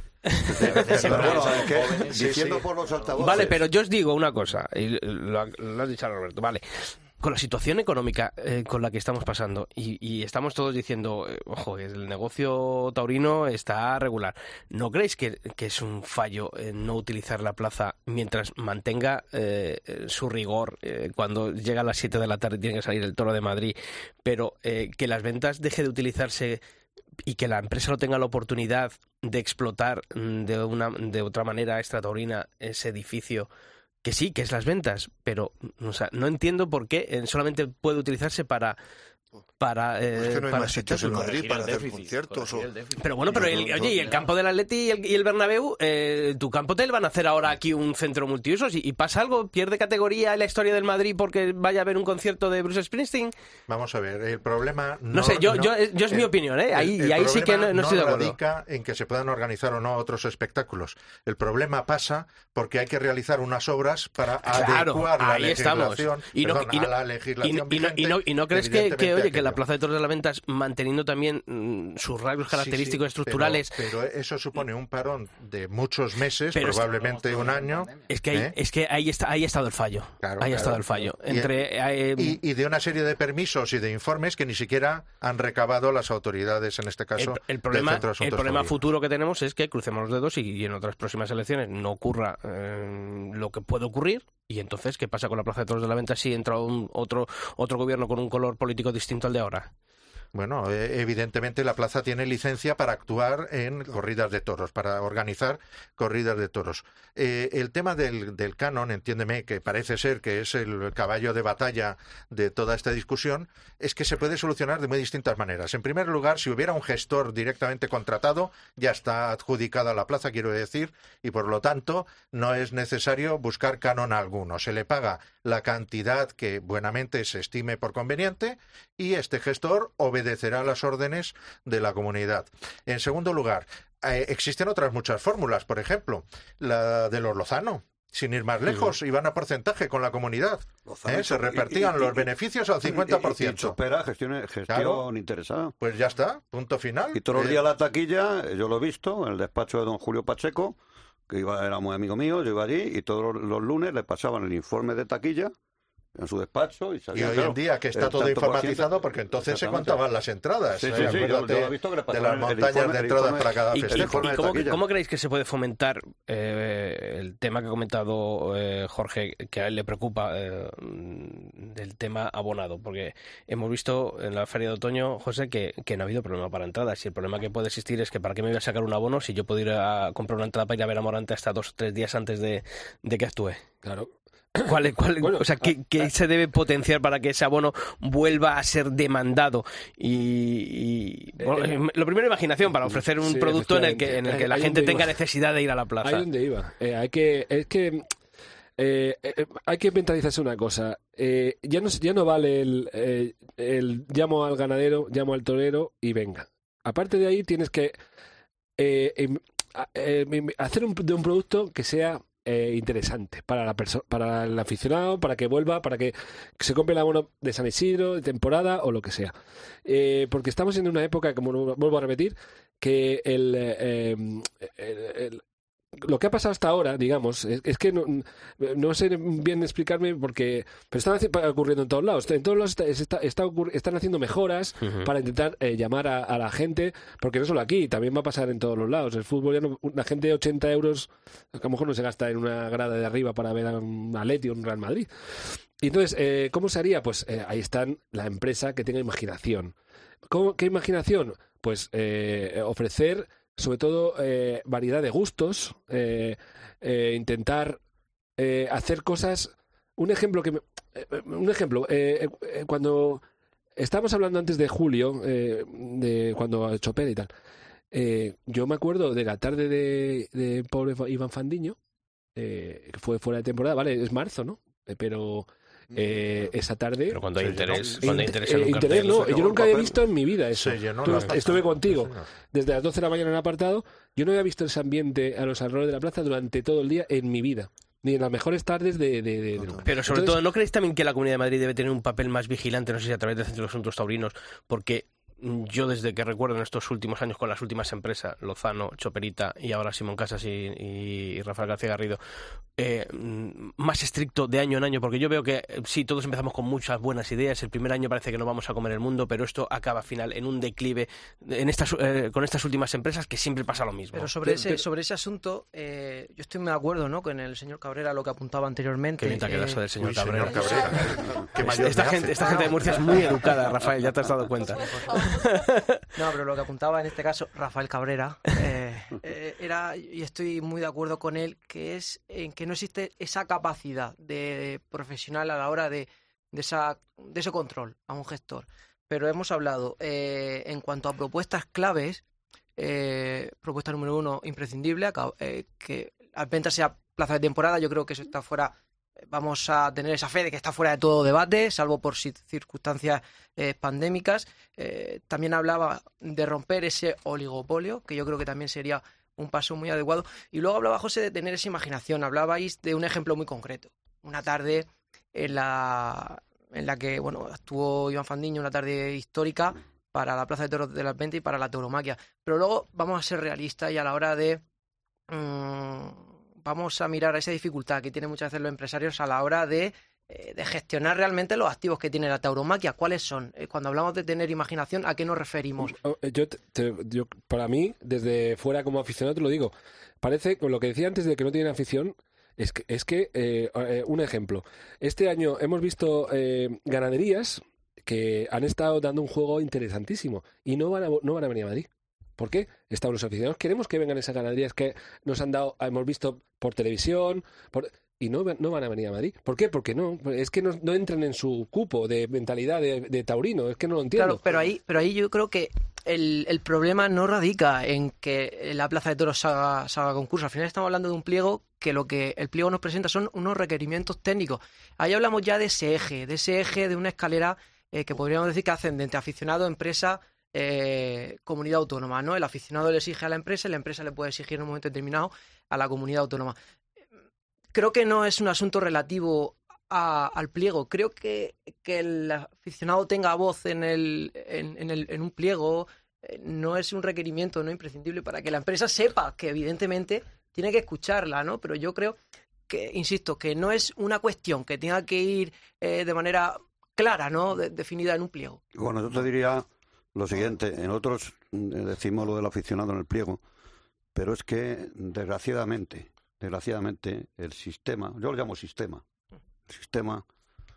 Pero bueno, es que, jóvenes, diciendo sí, sí. por los altavoces. Vale, pero yo os digo una cosa, y lo, lo has dicho, Roberto, vale. Con la situación económica eh, con la que estamos pasando y, y estamos todos diciendo, eh, ojo, el negocio taurino está regular, ¿no creéis que, que es un fallo eh, no utilizar la plaza mientras mantenga eh, su rigor eh, cuando llega a las siete de la tarde y tiene que salir el Toro de Madrid, pero eh, que las ventas deje de utilizarse y que la empresa no tenga la oportunidad de explotar de, una, de otra manera extrataurina ese edificio? Que sí, que es las ventas, pero o sea, no entiendo por qué solamente puede utilizarse para... para eh, es que no hay para más sitios en Madrid para hacer déficit, conciertos o... Pero bueno, pero el, oye, y el campo del Atleti y el, y el Bernabéu, eh, tu campo te van a hacer ahora aquí un centro multiusos y, y pasa algo, pierde categoría en la historia del Madrid porque vaya a haber un concierto de Bruce Springsteen. Vamos a ver, el problema no, no sé, yo, no, yo, yo es el, mi opinión, ¿eh? Ahí, el, y ahí sí que no, no estoy de acuerdo. No radica en que se puedan organizar o no otros espectáculos. El problema pasa porque hay que realizar unas obras para claro, adecuar la ahí legislación, estamos. Y no, perdón, y no, a la legislación y no, vigente, y no, y no crees que, que, oye, que la Plaza de Toros de la Ventas, manteniendo también mmm, sus rasgos característicos sí, sí, estructurales... Pero, pero eso supone un parón de muchos meses, pero probablemente es, un año... Es que, hay, ¿eh? es que ahí, está, ahí ha estado el fallo. Claro, ahí claro. ha estado el fallo. Entre, y, eh, y, y de una serie de permisos y de informes que ni siquiera han recabado las autoridades, en este caso, el, el problema, del Centro de Asuntos El problema Taurinos. futuro que tenemos es que crucemos los dedos y, y en otras próximas elecciones no ocurra eh, lo que puede ocurrir. Y entonces, ¿qué pasa con la Plaza de Toros de la Venta si entra un, otro, otro gobierno con un color político distinto al de ahora? Bueno, evidentemente la plaza tiene licencia para actuar en corridas de toros, para organizar corridas de toros. Eh, el tema del, del canon, entiéndeme, que parece ser que es el caballo de batalla de toda esta discusión, es que se puede solucionar de muy distintas maneras. En primer lugar, si hubiera un gestor directamente contratado, ya está adjudicada la plaza, quiero decir, y por lo tanto no es necesario buscar canon alguno. Se le paga la cantidad que buenamente se estime por conveniente y este gestor obedecerá las órdenes de la comunidad. En segundo lugar, eh, existen otras muchas fórmulas, por ejemplo, la de los Lozano. Sin ir más lejos, uh-huh. iban a porcentaje con la comunidad. ¿eh? Se repartían y, y, los y, beneficios al cincuenta por ciento. Y, y Chopera, gestión, gestión claro. interesada. Pues ya está, punto final. Y todos los días la taquilla, yo lo he visto, en el despacho de don Julio Pacheco, que iba, era muy amigo mío, yo iba allí, y todos los lunes le pasaban el informe de taquilla en su despacho y Y salían, hoy claro, en día que está el todo tanto por informatizado, ciento, porque entonces se exactamente. contaban las entradas. Sí, ¿eh? sí, sí, yo- Acuérdate yo he visto que le de pasaban las el montañas informe- de el entradas informe- para cada ¿Y, y- festejo. informe y de cómo, taquilla. cómo creéis que se puede fomentar eh, el tema que ha comentado eh, Jorge, que a él le preocupa, eh, del tema abonado? Porque hemos visto en la feria de otoño, José, que, que no ha habido problema para entradas. Y el problema que puede existir es que para qué me voy a sacar un abono si yo puedo ir a comprar una entrada para ir a ver a Morante hasta dos o tres días antes de, de que actúe. Claro. ¿Cuál, cuál, Bueno, o sea, ¿qué, qué a- a- se debe potenciar para que ese abono vuelva a ser demandado? Y, y, bueno, Eh, lo primero, imaginación, para ofrecer un sí, producto en el que, en el efectivamente. que la Ahí gente donde tenga iba. necesidad de ir a la plaza. Ahí donde iba. Eh, hay que, es que eh, eh, hay que mentalizarse una cosa. Eh, ya no ya no vale el, eh, el llamo al ganadero, llamo al torero y venga. Aparte de ahí tienes que eh, em, a- eh, em, hacer un, de un producto que sea eh, interesante para la perso- para el aficionado, para que vuelva, para que, que se compre el abono de San Isidro, de temporada o lo que sea. Eh, porque estamos en una época, como vuelvo a repetir, que el, eh, em, el- el- lo que ha pasado hasta ahora, digamos, es, es que no, no sé bien explicarme porque pero están haci- ocurriendo en todos lados. En todos lados está, está- está ocurri- están haciendo mejoras Ujú. para intentar eh, llamar a, a la gente, porque no solo aquí, también va a pasar en todos los lados. El fútbol ya no, la gente de ochenta euros a lo mejor no se gasta en una grada de arriba para ver a un Atleti o un Real Madrid. Y entonces, eh, ¿cómo se haría? Pues eh, ahí están la empresa que tenga imaginación. ¿Cómo, ¿Qué imaginación? Pues eh, ofrecer sobre todo eh, variedad de gustos, eh, eh, intentar eh, hacer cosas. Un ejemplo que me- eh, un ejemplo eh, eh, cuando estábamos hablando antes de Julio, eh, de cuando Chopera y tal, eh, yo me acuerdo de la tarde de, de pobre Iván Fandiño, eh, que fue fuera de temporada, vale, es marzo, ¿no? Eh, pero eh, esa tarde Pero cuando hay Sí, interés, ¿no? cuando hay Inter- interés en eh, un interés, cartel, no, se yo llenó nunca el había papel. visto en mi vida eso. Se llenó Tú la est- plaza. estuve contigo Sí, señor. desde las doce de la mañana en apartado. Yo no había visto ese ambiente a los alrededores de la plaza durante todo el día en mi vida, ni en las mejores tardes de, de, de- de- Pero sobre Entonces- todo, ¿no creéis también que la Comunidad de Madrid debe tener un papel más vigilante, no sé si a través del Centro de Asuntos Taurinos? Porque yo desde que recuerdo en estos últimos años con las últimas empresas, Lozano, Choperita y ahora Simón Casas y, y Rafael García Garrido, eh, más estricto de año en año, porque yo veo que eh, sí, todos empezamos con muchas buenas ideas, el primer año parece que no vamos a comer el mundo, pero esto acaba al final en un declive en estas, eh, con estas últimas empresas que siempre pasa lo mismo. Pero sobre Pero- ese, pero- sobre ese asunto, eh, yo estoy muy de acuerdo, ¿no?, con el señor Cabrera, lo que apuntaba anteriormente. Qué bien te ha quedado eh, eso del señor Uy, Cabrera. señor Cabrera. Qué mayor Esta me gente, hace. esta gente de Murcia es muy educada, Rafael, ya te has dado cuenta. No, pero lo que apuntaba en este caso Rafael Cabrera eh, eh, era, y estoy muy de acuerdo con él, que es en que no existe esa capacidad de profesional a la hora de, de, esa, de ese control a un gestor. Pero hemos hablado eh, en cuanto a propuestas claves, eh, propuesta número uno, imprescindible, acá, eh, que al venta sea plaza de temporada. Yo creo que eso está fuera. Vamos a tener esa fe de que está fuera de todo debate, salvo por si- circunstancias eh, pandémicas. Eh, también hablaba de romper ese oligopolio, que yo creo que también sería un paso muy adecuado. Y luego hablaba José de tener esa imaginación. Hablabais de un ejemplo muy concreto. Una tarde en la, en la que bueno actuó Iván Fandiño, una tarde histórica para la Plaza de Toros de las Ventas y para la tauromaquia. Pero luego vamos a ser realistas y a la hora de... Mmm, vamos a mirar a esa dificultad que tienen muchas veces los empresarios a la hora de, eh, de gestionar realmente los activos que tiene la tauromaquia. ¿Cuáles son? Eh, cuando hablamos de tener imaginación, ¿a qué nos referimos? Oh, Yo, te- te- yo, para mí, desde fuera como aficionado, te lo digo. Parece, con lo que decía antes de que no tienen afición, es que, es que eh, eh, un ejemplo. Este año hemos visto eh, ganaderías que han estado dando un juego interesantísimo y no van a, no van a venir a Madrid. ¿Por qué? Estamos los aficionados. Queremos que vengan esas ganaderías que nos han dado, hemos visto por televisión, por, y no, no van a venir a Madrid. ¿Por qué? Porque no. Es que no, no entran en su cupo de mentalidad de, de taurino. Es que no lo entiendo. Claro, pero ahí, pero ahí yo creo que el, el problema no radica en que la Plaza de Toros salga, salga a concurso. Al final estamos hablando de un pliego que lo que el pliego nos presenta son unos requerimientos técnicos. Ahí hablamos ya de ese eje, de ese eje de una escalera eh, que podríamos decir que ascendente, aficionado, empresa, Eh, comunidad autónoma, ¿no? El aficionado le exige a la empresa y la empresa le puede exigir en un momento determinado a la comunidad autónoma. Creo que no es un asunto relativo a, al pliego. Creo que, que el aficionado tenga voz en, el, en, en, el, en un pliego eh, no es un requerimiento no imprescindible para que la empresa sepa que evidentemente tiene que escucharla, ¿no? Pero yo creo que, insisto, que no es una cuestión que tenga que ir eh, de manera clara, ¿no? De, definida en un pliego. Bueno, yo te diría lo siguiente, en otros decimos lo del aficionado en el pliego, pero es que desgraciadamente, desgraciadamente el sistema, yo lo llamo sistema, el sistema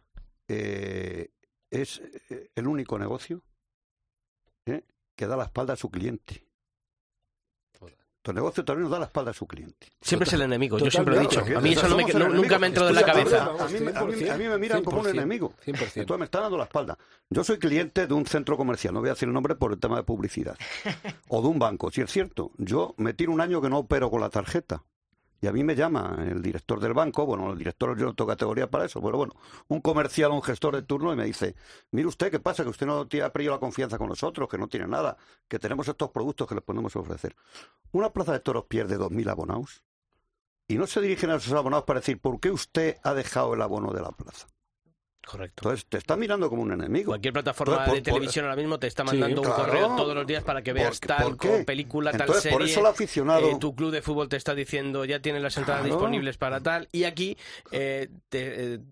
eh, es el único negocio ¿eh? que da la espalda a su cliente. El negocio taurino da la espalda a su cliente. Siempre Total, es el enemigo, yo total, siempre lo he dicho. claro, A mí eso no me, no, nunca me entró en la cabeza. A mí, a, mí, a mí me miran como un enemigo. cien por ciento. Entonces me están dando la espalda. Yo soy cliente de un centro comercial, no voy a decir el nombre por el tema de publicidad. O de un banco, si es cierto. Yo me tiro un año que no opero con la tarjeta. Y a mí me llama el director del banco, bueno, el director yo no tengo categoría para eso, pero bueno, un comercial o un gestor de turno y me dice, mire usted, ¿qué pasa? Que usted no ha perdido la confianza con nosotros, que no tiene nada, que tenemos estos productos que les podemos ofrecer. Una plaza de toros pierde dos mil abonados y no se dirigen a esos abonados para decir, ¿por qué usted ha dejado el abono de la plaza? Correcto. Entonces te está mirando como un enemigo. Cualquier plataforma Entonces, por, de televisión por, ahora mismo te está mandando sí, un claro, correo todos los días para que veas tal ¿por película, tal Entonces, serie. por eso el aficionado... Eh, tu club de fútbol te está diciendo ya tienes las entradas claro. disponibles para tal. Y aquí eh, te, eh,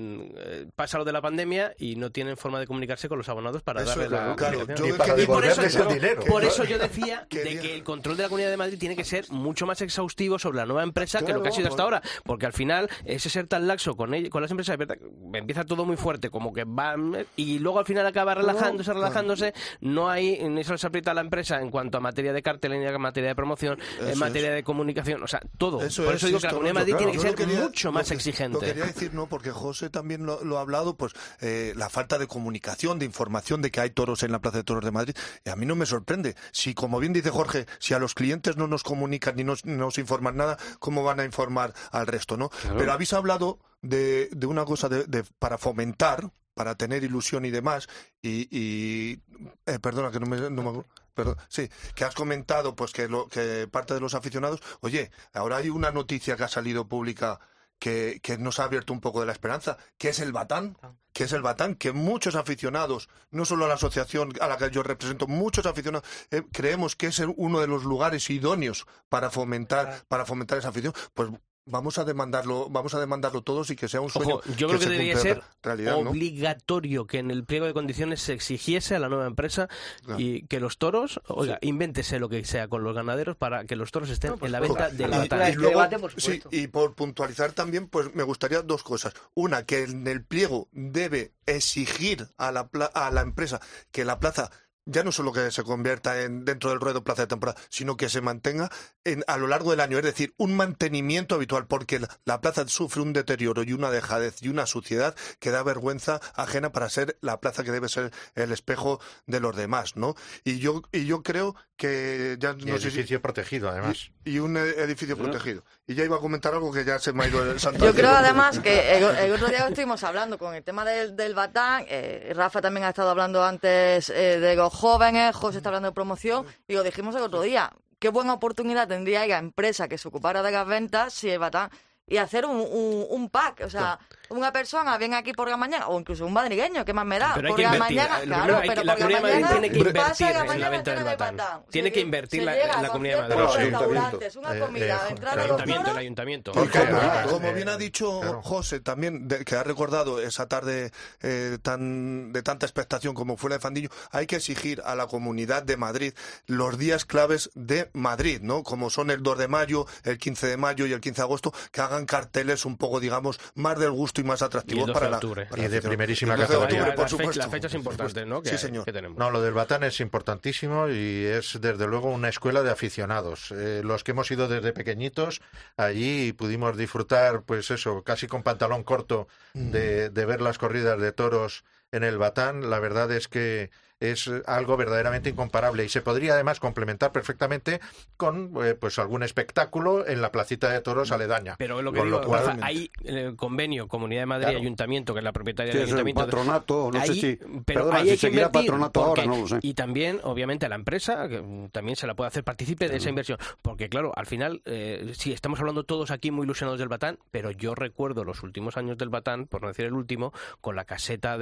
eh, pasa lo de la pandemia y no tienen forma de comunicarse con los abonados para eso, darle claro, la claro. comunicación. Yo y para y por eso, devolverles el dinero. por eso yo decía ¿Qué de día? que el control de la Comunidad de Madrid tiene que ser mucho más exhaustivo sobre la nueva empresa Claro, que lo que ha sido por... hasta ahora. Porque al final, ese ser tan laxo con, ell- con las empresas, empieza todo muy fuerte, como que van... Y luego al final acaba relajándose, No, relajándose. No hay, ni se les aprieta a la empresa en cuanto a materia de cartelería, en materia de promoción, en Eso materia es. de comunicación, o sea, todo. Eso Por es, eso digo sí, que la esto, Comunidad de no, Madrid claro. tiene que Yo ser lo quería- mucho más lo que- exigente. Lo quería decir, no, porque José también lo, lo ha hablado, pues eh, la falta de comunicación, de información de que hay toros en la Plaza de Toros de Madrid. Y a mí no me sorprende. Si, como bien dice Jorge, si a los clientes no nos comunican ni nos, nos informan nada, ¿cómo van a informar al resto, no? Claro. Pero habéis hablado de, de una cosa de, de, para fomentar, para tener ilusión y demás, y, y eh, perdona que no me, no me perdón, sí, que has comentado pues que, lo, que parte de los aficionados, oye, ahora hay una noticia que ha salido pública que, que nos ha abierto un poco de la esperanza, que es el Batán, que es el Batán, que muchos aficionados, no solo la asociación a la que yo represento, muchos aficionados, eh, creemos que es el, uno de los lugares idóneos para fomentar, para fomentar esa afición, pues vamos a demandarlo, vamos a demandarlo todos y que sea un sueño. Ojo, yo creo que, se debería cumpla ser realidad, ¿no? obligatorio que en el pliego de condiciones se exigiese a la nueva empresa Claro. y que los toros, oiga, invéntese lo que sea con los ganaderos para que los toros estén No, pues, en la pues, venta pues, del la- batán. la- Y este luego, debate, por sí, supuesto. y por puntualizar también, pues me gustaría dos cosas. Una, que en el pliego debe exigir a la, pla- a la empresa que la plaza ya no solo que se convierta en dentro del ruedo plaza de temporada, sino que se mantenga en, a lo largo del año, es decir, un mantenimiento habitual, porque la, la plaza sufre un deterioro y una dejadez y una suciedad que da vergüenza ajena para ser la plaza que debe ser el espejo de los demás, ¿no? Y yo y yo creo que ya Y no sé si- edificio protegido, además. y, y un ed- edificio protegido. Y ya iba a comentar algo que ya se me ha ido el santo. Yo al creo cielo. además que el, el otro día estuvimos hablando con el tema del, del Batán, eh, Rafa también ha estado hablando antes eh, de los jóvenes, José está hablando de promoción, y lo dijimos el otro día, qué buena oportunidad tendría la empresa que se ocupara de las ventas si el Batán y hacer un, un, un pack, o sea, una persona viene aquí por la mañana, o incluso un madrileño, ¿qué más me da? Pero hay por que la invertir. mañana, Lo claro, primero hay pero que- la por la Comunidad de Madrid mañana tiene que pasa invertir la en la mañana venta del en el Batán. Tiene que invertir se la- llega la a Comunidad de conciertos, Madrid. Los restaurantes, una Eh, comida, eh, entrada el de los Ayuntamiento, el toros. ayuntamiento. Y Porque, como, ah, como eh, bien ha dicho claro. José también, de- que ha recordado esa tarde eh, tan de tanta expectación como fue la de Fandiño, hay que exigir a la Comunidad de Madrid los días claves de Madrid, ¿no? Como son el dos de mayo, el quince de mayo y el quince de agosto, que hagan carteles un poco, digamos, más del gusto y más Y atractivos el doce para de la octubre. para Y la de afición. primerísima Y el doce de categoría. octubre, por Las fe- supuesto. las fechas Por importantes, ¿no? Que, Sí, señor. que tenemos. No, lo del Batán es importantísimo y es desde luego una escuela de aficionados. Eh, los que hemos ido desde pequeñitos allí pudimos disfrutar, pues eso, casi con pantalón corto de, de ver las corridas de toros en el Batán. La verdad es que es algo verdaderamente incomparable y se podría además complementar perfectamente con eh, pues algún espectáculo en la placita de toros aledaña. Pero lo que Con digo, lo cual- Rafa, hay eh, convenio Comunidad de Madrid Claro. Ayuntamiento, que es la propietaria Sí, del es un Ayuntamiento. patronato, no sé Ahí- si- pero perdona, ahí si hay que seguirá invertir, patronato ahora, porque- no lo sé. Y también, obviamente, a la empresa, que mm, también se la puede hacer partícipe de esa inversión. Porque, claro, al final, eh, sí, estamos hablando todos aquí muy ilusionados del Batán, pero yo recuerdo los últimos años del Batán, por no decir el último, con la caseta de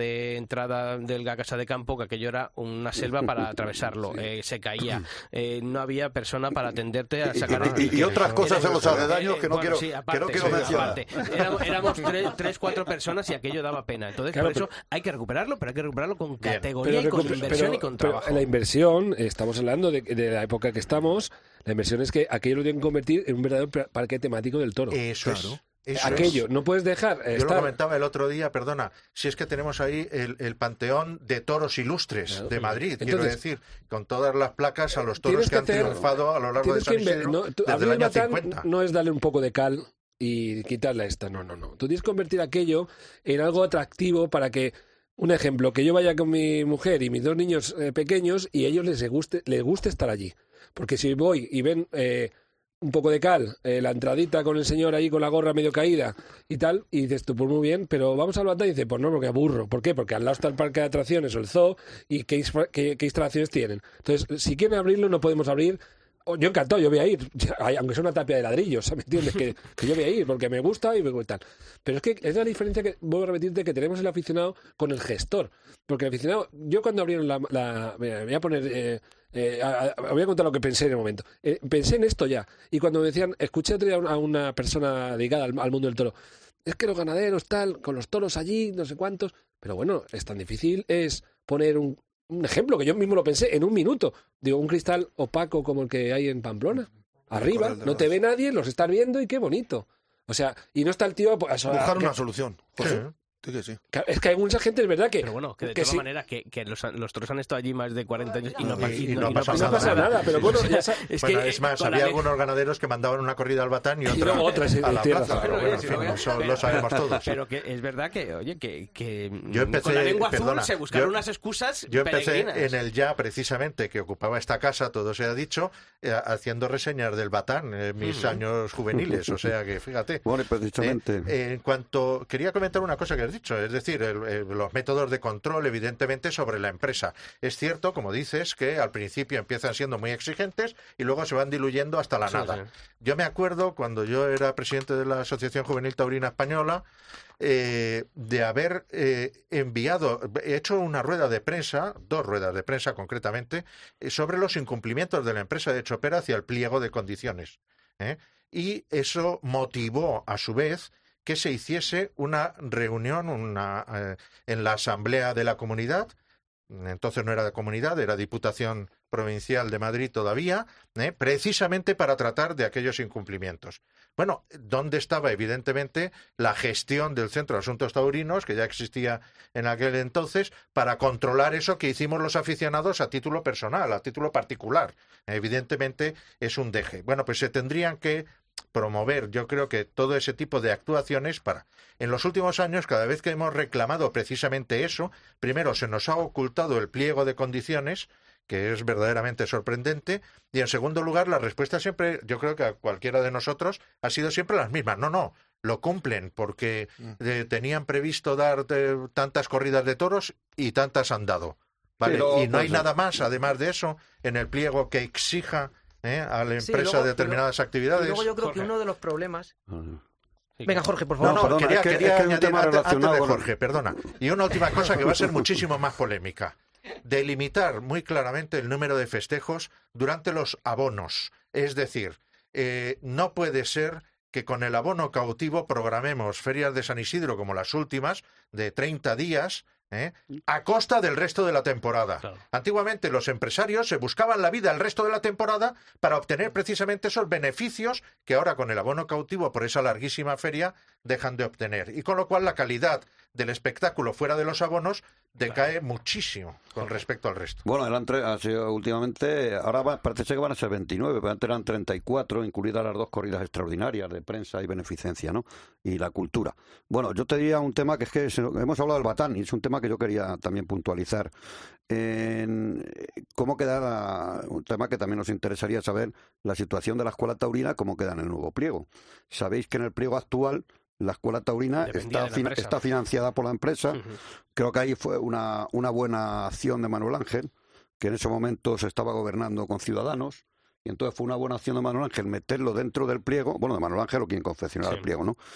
entrada de la casa de campo, que aquello era una selva para atravesarlo, eh, se caía, eh, no había persona para atenderte a sacar... Y, y, y otras cosas en los aledaños que no bueno, quiero, sí, aparte, que no quiero sí, mencionar. aparte. Éramos, éramos tres, tres, cuatro personas y aquello daba pena. Entonces, Claro, por eso pero- hay que recuperarlo, pero hay que recuperarlo con Bien. categoría y Pero con recu- inversión pero- y con pero trabajo. la inversión, estamos hablando de, de la época que estamos, la inversión es que aquello lo tienen que convertir en un verdadero pra- parque temático del toro. Eso Claro. es. Eso Aquello, es. no puedes dejar eh, Yo lo estar... comentaba el otro día, perdona, si es que tenemos ahí el, el panteón de toros ilustres Claro. de Madrid, quiero Entonces, decir, con todas las placas a los toros tienes que han que hacer- triunfado a lo largo de Tienes que San inver- Isidro no, tú- desde abrir el el año batán cincuenta. no es darle un poco de cal y quitarle esta, no, no, no. Tú tienes que convertir aquello en algo atractivo para que, un ejemplo, que yo vaya con mi mujer y mis dos niños eh, pequeños y a ellos les guste, les guste estar allí. Porque si voy y ven eh, un poco de cal, eh, la entradita con el señor ahí con la gorra medio caída y tal, y dices tú, pues muy bien, pero vamos al batán y dices, pues no, porque aburro. ¿Por qué? Porque al lado está el parque de atracciones o el zoo y qué, instra- qué, qué instalaciones tienen. Entonces, si quieren abrirlo, no podemos abrir. Oh, yo encantado, yo voy a ir, aunque sea una tapia de ladrillos, ¿me entiendes? Que, que yo voy a ir porque me gusta y me gusta. Pero es que es la diferencia que, vuelvo a repetirte, que tenemos el aficionado con el gestor. Porque el aficionado, yo cuando abrieron la... la mira, me voy a poner... Eh, eh, a- a- voy a contar lo que pensé en el momento. Eh, pensé en esto ya. Y cuando me decían, escuché otro día a una persona dedicada al, al mundo del toro, es que los ganaderos tal, con los toros allí, no sé cuántos... Pero bueno, es tan difícil, es poner un... Un ejemplo que yo mismo lo pensé en un minuto. Digo, un cristal opaco como el que hay en Pamplona. Arriba, Corral de no te Loros. ve nadie, los estás viendo y qué bonito. O sea, y no está el tío... Pues, o sea, Buscar que- una solución. José. Sí. Sí que sí. que- es que hay mucha gente, es verdad que... Pero bueno, que de que todas sí. maneras, que, que los, los toros han estado allí más de cuarenta años y no, Y- pa- y y no y pasa No pasa nada. nada, pero Sí, bueno, sí, sí. ya sa- Es Bueno, que, es más, con la había le- algunos ganaderos que mandaban una corrida al batán y otra, luego otra, sí, a la tienes plaza. razón. Pero bueno, en Sí, fin, pero- eso pero- lo sabemos todos. Pero que es verdad que, oye, que, que Yo empecé- con la lengua azul perdona, se buscaron yo- unas excusas Yo empecé peregrinas. en el ya, precisamente, que ocupaba esta casa, todo se ha dicho, eh, haciendo reseñas del batán en mis Mm. años juveniles, o sea que fíjate. Bueno, y precisamente... Eh, en cuanto... Quería comentar una cosa que has dicho, es decir, el- el- los métodos de control, evidentemente, sobre la empresa. Es cierto, como dices, que al principio empiezan siendo muy exigentes y luego se van diluyendo hasta la Sí, nada. sí. Yo me acuerdo, cuando yo era presidente de la Asociación Juvenil Taurina Española, eh, de haber eh, enviado, he hecho una rueda de prensa, dos ruedas de prensa concretamente, eh, sobre los incumplimientos de la empresa de Chopera hacia el pliego de condiciones. ¿eh? Y eso motivó, a su vez, que se hiciese una reunión una, eh, en la Asamblea de la Comunidad. Entonces no era de comunidad, era Diputación Provincial de Madrid todavía, ¿eh? precisamente para tratar de aquellos incumplimientos. Bueno, ¿dónde estaba evidentemente la gestión del Centro de Asuntos Taurinos, que ya existía en aquel entonces, para controlar eso que hicimos los aficionados a título personal, a título particular? Evidentemente es un deje. Bueno, pues se tendrían que promover, yo creo que todo ese tipo de actuaciones para... En los últimos años, cada vez que hemos reclamado precisamente eso, primero se nos ha ocultado el pliego de condiciones, que es verdaderamente sorprendente, y en segundo lugar, la respuesta siempre, yo creo que a cualquiera de nosotros, ha sido siempre las mismas. No, no, lo cumplen, porque eh, tenían previsto dar eh, tantas corridas de toros y tantas han dado. ¿Vale? Pero, y no hay pues, nada más, además de eso, en el pliego que exija ¿eh? a la Sí, empresa luego- determinadas y actividades. luego yo creo Jorge. que uno de los problemas... Sí, Venga, claro. Jorge, por No, favor. no, perdona, quería, es que- quería es que hay un añadir tema antes, antes relacionado de con- Jorge, perdona. Y una última cosa que va a ser muchísimo más polémica. Delimitar muy claramente el número de festejos durante los abonos. Es decir, eh, no puede ser que con el abono cautivo programemos ferias de San Isidro como las últimas, de treinta días, ¿eh? a costa del resto de la temporada. Claro. Antiguamente los empresarios se buscaban la vida el resto de la temporada para obtener precisamente esos beneficios que ahora con el abono cautivo por esa larguísima feria dejan de obtener. Y con lo cual la calidad del espectáculo fuera de los abonos decae muchísimo con respecto al resto. Bueno, eran tre- ha sido últimamente, ahora va- parece ser que van a ser veintinueve, pero antes eran treinta y cuatro, incluidas las dos corridas extraordinarias de prensa y beneficencia, ¿no? Y la cultura. Bueno, yo te diría un tema que es que se- hemos hablado del batán y es un tema que yo quería también puntualizar. En cómo queda, la- un tema que también nos interesaría saber, la situación de la escuela taurina, cómo queda en el nuevo pliego. Sabéis que en el pliego actual la escuela taurina Dependía está, de la fin- empresa. está financiada por la empresa. Ujú. Creo que ahí fue una, una buena acción de Manuel Ángel, que en ese momento se estaba gobernando con Ciudadanos, y entonces fue una buena acción de Manuel Ángel meterlo dentro del pliego, bueno, de Manuel Ángel o quien confeccionara Sí. el pliego, ¿no?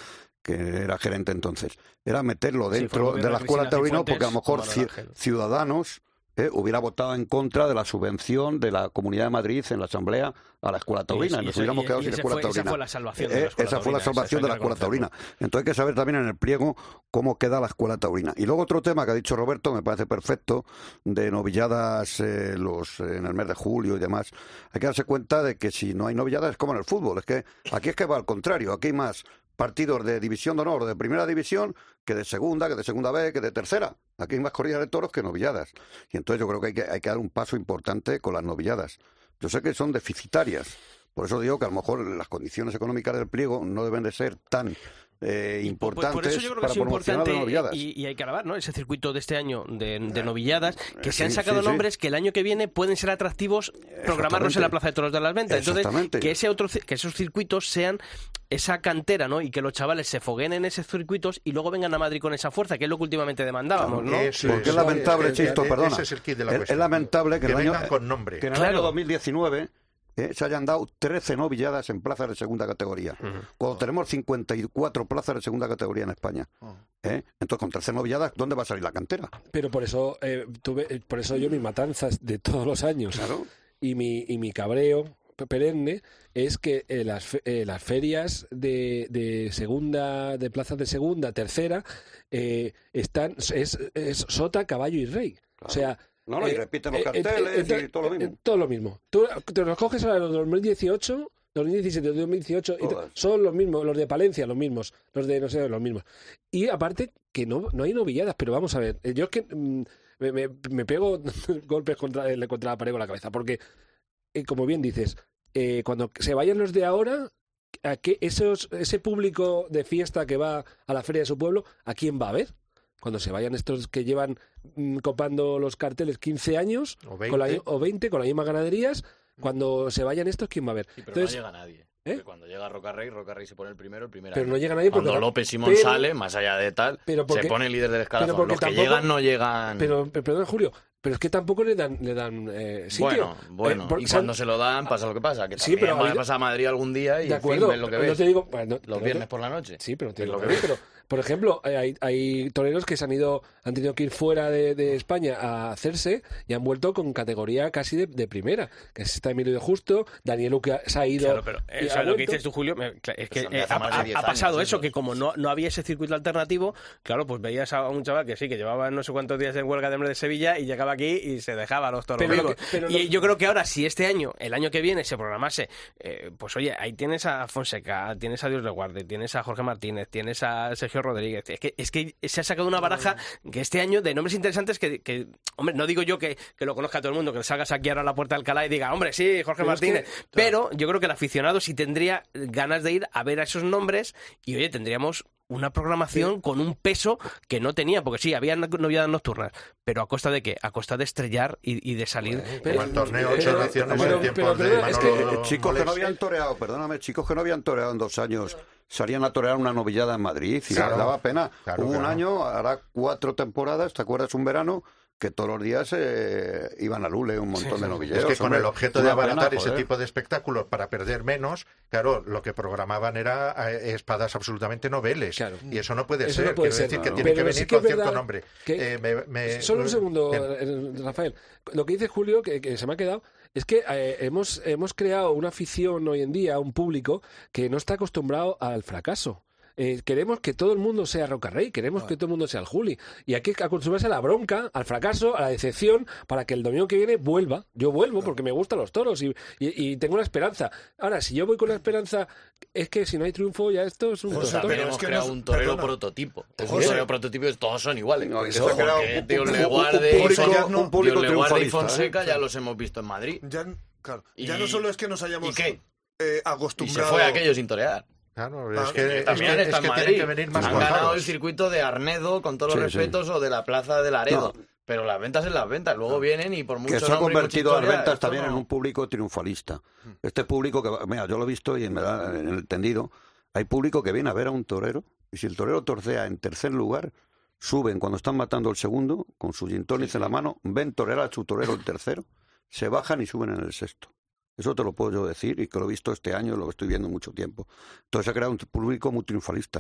que era gerente entonces, era meterlo dentro sí, de la Escuela Taurina, Cifuentes, porque a lo mejor ci- Ciudadanos eh, hubiera votado en contra de la subvención de la Comunidad de Madrid en la Asamblea a la Escuela Taurina. Y, y Nos eso, hubiéramos y, quedado y sin ese Escuela fue, Taurina. Esa fue la salvación de la Eh, Escuela esa fue la Taurina, salvación de la Escuela Taurina. Entonces hay que saber también en el pliego cómo queda la Escuela Taurina. Y luego otro tema que ha dicho Roberto, me parece perfecto, de novilladas eh, los, eh, en el mes de julio y demás. Hay que darse cuenta de que si no hay novilladas es como en el fútbol. Es que aquí es que va al contrario. Aquí hay más partidos de división de honor, de primera división, que de segunda, que de segunda B, que de tercera. Aquí hay más corridas de toros que novilladas. Y entonces yo creo que hay que, hay que dar un paso importante con las novilladas. Yo sé que son deficitarias. Por eso digo que a lo mejor las condiciones económicas del pliego no deben de ser tan eh, importantes por, por eso yo creo que para es promocionar importante las novilladas. y, y hay que alabar, ¿no? Ese circuito de este año de, de novilladas, que Sí, se han sacado sí, sí. nombres que el año que viene pueden ser atractivos, programarlos en la Plaza de Toros de las Ventas. Entonces, Exactamente. que ese otro, que esos circuitos sean esa cantera, ¿no? Y que los chavales se fogueen en esos circuitos y luego vengan a Madrid con esa fuerza, que es lo que últimamente demandábamos, ¿no? Eso Porque es eso lamentable, es- Chisto, es- perdona. Ese es el kit de la Es- cuestión. es lamentable que, que en el año, vengan con nombre. que en el Claro. año dos mil diecinueve eh, se hayan dado trece novilladas en plazas de segunda categoría, Ujú. cuando tenemos cincuenta y cuatro plazas de segunda categoría en España. ¿eh? Entonces, con trece novilladas, ¿dónde va a salir la cantera? Pero por eso eh, tuve, eh, por eso yo mis matanzas de todos los años Claro. y mi y mi cabreo pe- perenne es que eh, las fe- eh, las ferias de, de segunda, de plazas de segunda, tercera, eh, están es, es sota, caballo y rey. O sea, No, no, y eh, repiten los eh, eh, carteles eh, y todo lo eh, mismo. todo lo mismo. Tú te los coges ahora los de dos mil dieciocho, dos mil diecisiete, dos mil dieciocho, y Todas. te- son los mismos, los de Palencia, los mismos, los de no sé, los mismos. Y aparte que no, no hay novilladas, pero vamos a ver, eh, yo es que mm, me, me- me pego golpes contra, el- contra la pared con la cabeza, porque, eh, como bien dices, eh, cuando se vayan los de ahora, ¿a qué esos, ese público de fiesta que va a la feria de su pueblo, ¿a quién va a ver? Cuando se vayan estos que llevan mm, copando los carteles quince años O con la- veinte. o veinte con las mismas ganaderías, cuando se vayan estos, ¿quién va a ver? Sí, pero Entonces, no llega nadie. ¿eh? Porque cuando llega Roca Rey, Roca Rey se pone el primero, el primer pero año. no llega nadie porque... Cuando López Simón pero- sale, más allá de tal, pero porque- se pone el líder del escalafón. pero porque Los que tampoco- llegan no llegan... Pero, pero, perdón, Julio, pero es que tampoco le dan, le dan eh, sitio. Bueno, bueno, Eh, porque y se han- cuando se lo dan pasa lo que pasa, que Sí, también pero va a ahí- pasar a Madrid algún día y de en fin, acuerdo, ves lo que no ves. te digo... bueno, no- Los no- viernes por la noche. Sí, pero no te Es digo lo que que ves, pero por ejemplo, hay, hay toreros que se han ido, han tenido que ir fuera de, de España a hacerse y han vuelto con categoría casi de, de primera, que es está Emilio de Justo, Daniel Luque se ha ido... Claro, pero y eh, o ha sea, lo que vuelto. dices tú, Julio, me- cla- es que Eso de eh, hace ha, más de ha- diez ha pasado años, eso, esos. que como no, no había ese circuito alternativo, claro, pues veías a un chaval que sí, que llevaba no sé cuántos días en huelga de hambre de Sevilla y llegaba aquí y se dejaba a los toros Pero lo vivos. que- pero Y lo- yo creo que ahora, si este año, el año que viene, se programase, eh, pues oye, ahí tienes a Fonseca, tienes a Dios le guarde, tienes a Jorge Martínez, tienes a Sergio Rodríguez. Es que, es que se ha sacado una baraja que este año de nombres interesantes que, que hombre, no digo yo que, que lo conozca todo el mundo, que salgas aquí ahora a la puerta de Alcalá y diga, hombre, sí, Jorge Pero es Martínez. que- Pero yo creo que el aficionado sí tendría ganas de ir a ver a esos nombres y, oye, tendríamos una programación con un peso que no tenía, porque sí, había no- novilladas nocturnas, pero ¿a costa de qué? A costa de estrellar y, y de salir... Como el torneo pero- Ocho Naciones pero- en tiempos pero- pero de es Manolo que- Eh, chicos que no Molés. habían toreado, perdóname, chicos que no habían toreado en dos años, salían a torear una novillada en Madrid y Claro. daba pena. Claro, Hubo un claro. año, hará cuatro temporadas, ¿te acuerdas? Un verano, que todos los días eh, iban a Lule un montón de novilleros. Es que con hombre, el objeto de una abaratar pena, ese joder. tipo de espectáculos para perder menos, claro, lo que programaban era eh, espadas absolutamente noveles. Claro. Y eso no puede Eso ser. no puede Quiero ser, decir que claro. tiene que Pero sí venir que es con cierto verdad nombre. que- Eh, me- me- Solo un segundo, Bien. eh, Rafael. Lo que dice Julio, que, que se me ha quedado, es que eh, hemos, hemos creado una afición hoy en día, un público que no está acostumbrado al fracaso. Eh, queremos que todo el mundo sea Roca Rey, queremos que todo el mundo sea el Juli. Y hay que acostumbrarse a la bronca, al fracaso, a la decepción, para que el domingo que viene vuelva. Yo vuelvo porque me gustan los toros y, y- y tengo una esperanza. Ahora, si yo voy con la esperanza, es que si no hay triunfo, ya esto es un O O sea, sea, tonto. pero pero hemos es que creado no- un torero perdona. prototipo. Es un José. torero prototipo y todos son iguales. No, y se Eso, ha creado porque un- Dios un- le un- guarde, un público- Dios un público le guarde y triunfalista, Fonseca ¿eh? ya los hemos visto en Madrid. Ya, claro, Y- ya no solo es que nos hayamos ¿Y qué? eh, Y se acostumbrado... fue aquello sin torear. Claro, Ah, es que, es También que, está es en que Madrid. tienen que venir más Han ganado forjados. el circuito de Arnedo, con todos los Sí, sí. respetos, o de la plaza de Laredo. No. Pero las ventas es las ventas. Luego vienen y por mucho Que se ha nombre y convertido mucha las historia, ventas esto también no- en un público triunfalista. Este público que, va- mira, yo lo he visto y en verdad, en el tendido, hay público que viene a ver a un torero y si el torero torcea en tercer lugar, suben cuando están matando el segundo, con su gin tonic en la mano, ven torear a su torero el tercero, se bajan y suben en el sexto. Eso te lo puedo yo decir y que lo he visto este año, lo estoy viendo mucho tiempo. Entonces se ha creado un público muy triunfalista.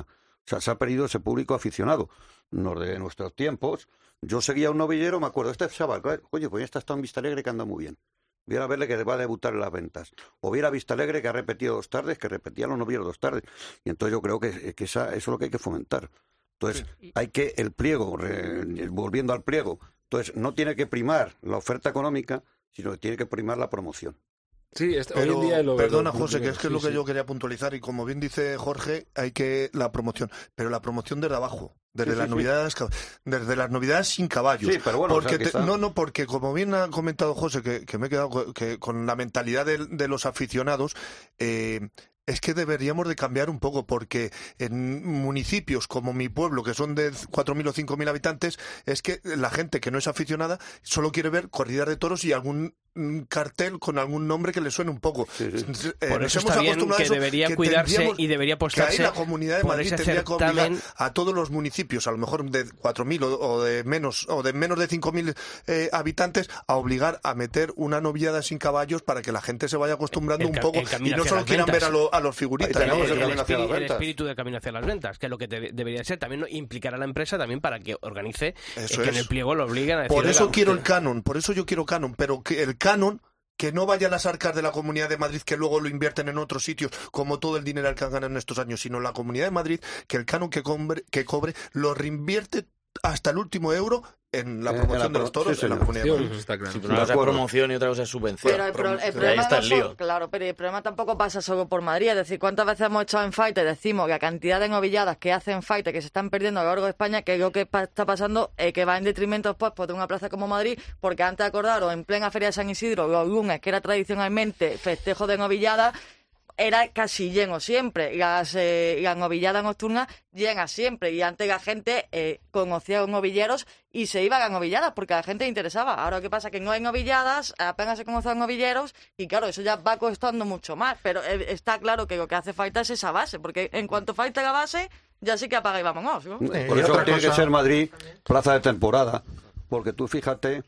sea, se ha perdido ese público aficionado. Nos de nuestros tiempos, yo seguía a un novillero, me acuerdo, este chaval, oye, pues ya está en Vistalegre que anda muy bien. Voy a verle que va a debutar en las ventas. O viera Vistalegre que ha repetido dos tardes, que repetía los novilleros dos tardes. Y entonces yo creo que, que esa, eso es lo que hay que fomentar. Entonces, sí. hay que, el pliego, re, volviendo al pliego, entonces no tiene que primar la oferta económica, sino que tiene que primar la promoción. Sí, este, pero, hoy en día lo, perdona, lo, José, lo, que es que sí, es lo que sí. yo quería puntualizar, y como bien dice Jorge, hay que la promoción, pero la promoción desde abajo, desde sí, las sí, novedades, sí. desde las novedades sin caballos. Sí, pero bueno, porque o sea, te, no, no, porque como bien ha comentado José, que, que me he quedado que con la mentalidad de, de los aficionados, eh, es que deberíamos de cambiar un poco, porque en municipios como mi pueblo, que son de cuatro mil o cinco mil habitantes, es que la gente que no es aficionada solo quiere ver corridas de toros y algún cartel con algún nombre que le suene un poco. Sí, sí. Eh, por eso está bien que eso, debería que cuidarse y debería apostarse. Que ahí la Comunidad de Madrid tendría que obligar a todos los municipios, a lo mejor de cuatro mil o, o de menos o de menos de cinco mil eh, habitantes, a obligar a meter una novillada sin caballos para que la gente se vaya acostumbrando el, un poco y no solo quieran ver a, lo, a los figuritas. El, el, el, espíritu, el espíritu del camino hacia las ventas, que es lo que te, debería ser. También ¿no? implicar a la empresa también para que organice, eso eh, que es. en el pliego lo obliguen a decir. Por eso quiero el canon, por eso yo quiero canon, pero que el canon que no vaya a las arcas de la Comunidad de Madrid, que luego lo invierten en otros sitios, como todo el dinero que han ganado en estos años, sino la Comunidad de Madrid, que el canon que cobre, que cobre lo reinvierte hasta el último euro en la promoción eh, en la, de los toros, sí, en la Comunidad de Madrid. Está claro. Sí, pero una cosa es promoción y otra cosa es subvención. Pero el, pro, el problema ahí está no el lío. Son, claro, pero el problema tampoco pasa solo por Madrid. Es decir, ¿cuántas veces hemos echado en fight y decimos que la cantidad de novilladas que hacen fight que se están perdiendo a lo largo de España, que es lo que está pasando, eh, que va en detrimento después pues, de una plaza como Madrid, porque antes de acordaros, en plena Feria de San Isidro, los lunes, que era tradicionalmente festejo de novilladas, era casi lleno siempre, las, eh, las novilladas nocturnas llenas siempre, y antes la gente eh, conocía a los novilleros y se iba a las novilladas porque a la gente le interesaba. Ahora, ¿qué pasa? Que no hay novilladas, apenas se conocen a los novilleros, y claro, eso ya va costando mucho más, pero eh, está claro que lo que hace falta es esa base, porque en cuanto falte la base, ya sí que apaga y vámonos, ¿no? Sí, por eso tiene cosa... que ser Madrid plaza de temporada, porque tú fíjate,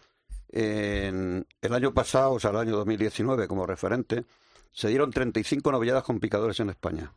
en el año pasado, o sea, el año dos mil diecinueve como referente, se dieron treinta y cinco novilladas con picadores en España,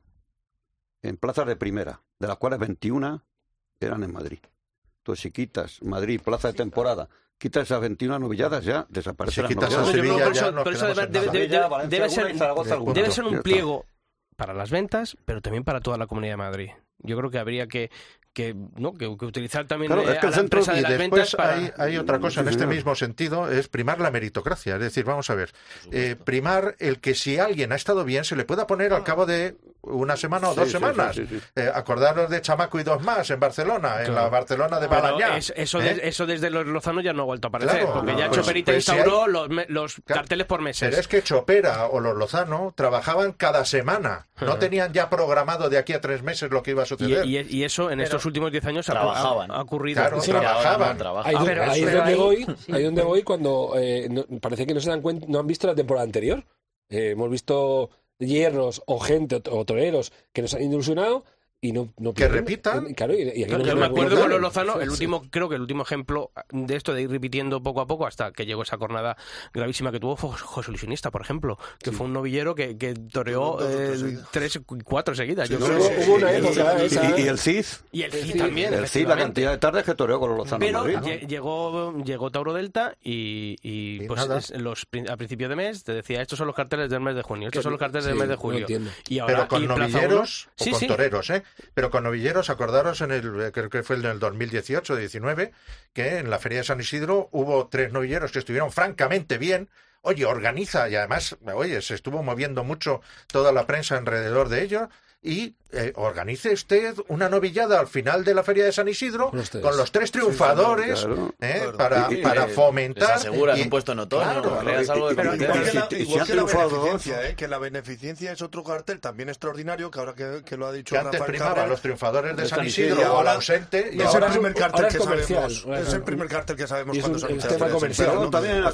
en plazas de primera, de las cuales veintiuna eran en Madrid. Entonces, si quitas Madrid, plaza de temporada, quitas esas veintiuna novilladas, ya desaparecen si las quitas novilladas. Sevilla, no, ya no pero eso debe, debe, debe, debe, debe ser, debe ser un pliego para las ventas, pero también para toda la Comunidad de Madrid. Yo creo que habría que que no que, que utilizar también claro, eh, es que a la centro, empresa de y las después ventas para... hay, hay otra cosa en este mismo sentido, es primar la meritocracia. Es decir, vamos a ver, eh, primar el que si alguien ha estado bien se le pueda poner al cabo de una semana o dos sí, semanas. Sí, sí, sí, sí. Eh, acordaros de Chamaco y dos más en Barcelona, claro. en la Barcelona de Balañá. Es, eso, ¿eh? de, eso desde los Lozano ya no ha vuelto a aparecer, claro, porque no, ya pues, Choperita pues, instauró si hay... los, los claro, carteles por meses. Pero es que Chopera o los Lozano trabajaban cada semana. No uh-huh. tenían ya programado de aquí a tres meses lo que iba a suceder. Y, y, y eso en pero, estos últimos diez años ha, ha, ha ocurrido. Claro, sí, trabajaban. Ahí, ah, pero, ahí es donde ahí, voy, sí. ahí donde voy cuando eh, no, parece que no se dan cuenta, no han visto la temporada anterior. Eh, hemos visto yernos o gente o toreros que nos han ilusionado y no, no que repitan. Claro, y, y claro, no yo me acuerdo con los Lozano, el último, creo que el último ejemplo de esto de ir repitiendo poco a poco hasta que llegó esa cornada gravísima que tuvo fue José Ilusionista, por ejemplo, que sí. fue un novillero que, que toreó eh, tres, cuatro seguidas. Sí, yo no, creo no, que hubo una época esa. Y, y el Cid. Y el Cid también. El Cid, la cantidad de tardes que toreó con los Lozano. Pero en Madrid. llegó, llegó Tauro Delta y, y, y pues es, los, a principio de mes te decía, estos son los carteles del mes de junio, estos son los carteles del mes de julio. Y ahora, pero con novilleros o con toreros, ¿eh? Pero con novilleros acordaros en el, creo que fue en el dos mil dieciocho diecinueve, que en la Feria de San Isidro hubo tres novilleros que estuvieron francamente bien. Oye, organiza, y además, oye, se estuvo moviendo mucho toda la prensa alrededor de ellos. Y eh, organice usted una novillada al final de la Feria de San Isidro los con los tres triunfadores sí, claro, eh, claro. para, y, para fomentar. Les aseguras y, un puesto en otoño, claro, creas algo de pero igual que la, igual que la beneficencia, eh, que la beneficencia es otro cartel también extraordinario, que ahora que, que lo ha dicho que antes Rafael primaba Cabrera, los triunfadores de San Isidro y ahora ausente. Y es el primer cartel que sabemos. Es el primer cartel que sabemos cuando San Isidro. También es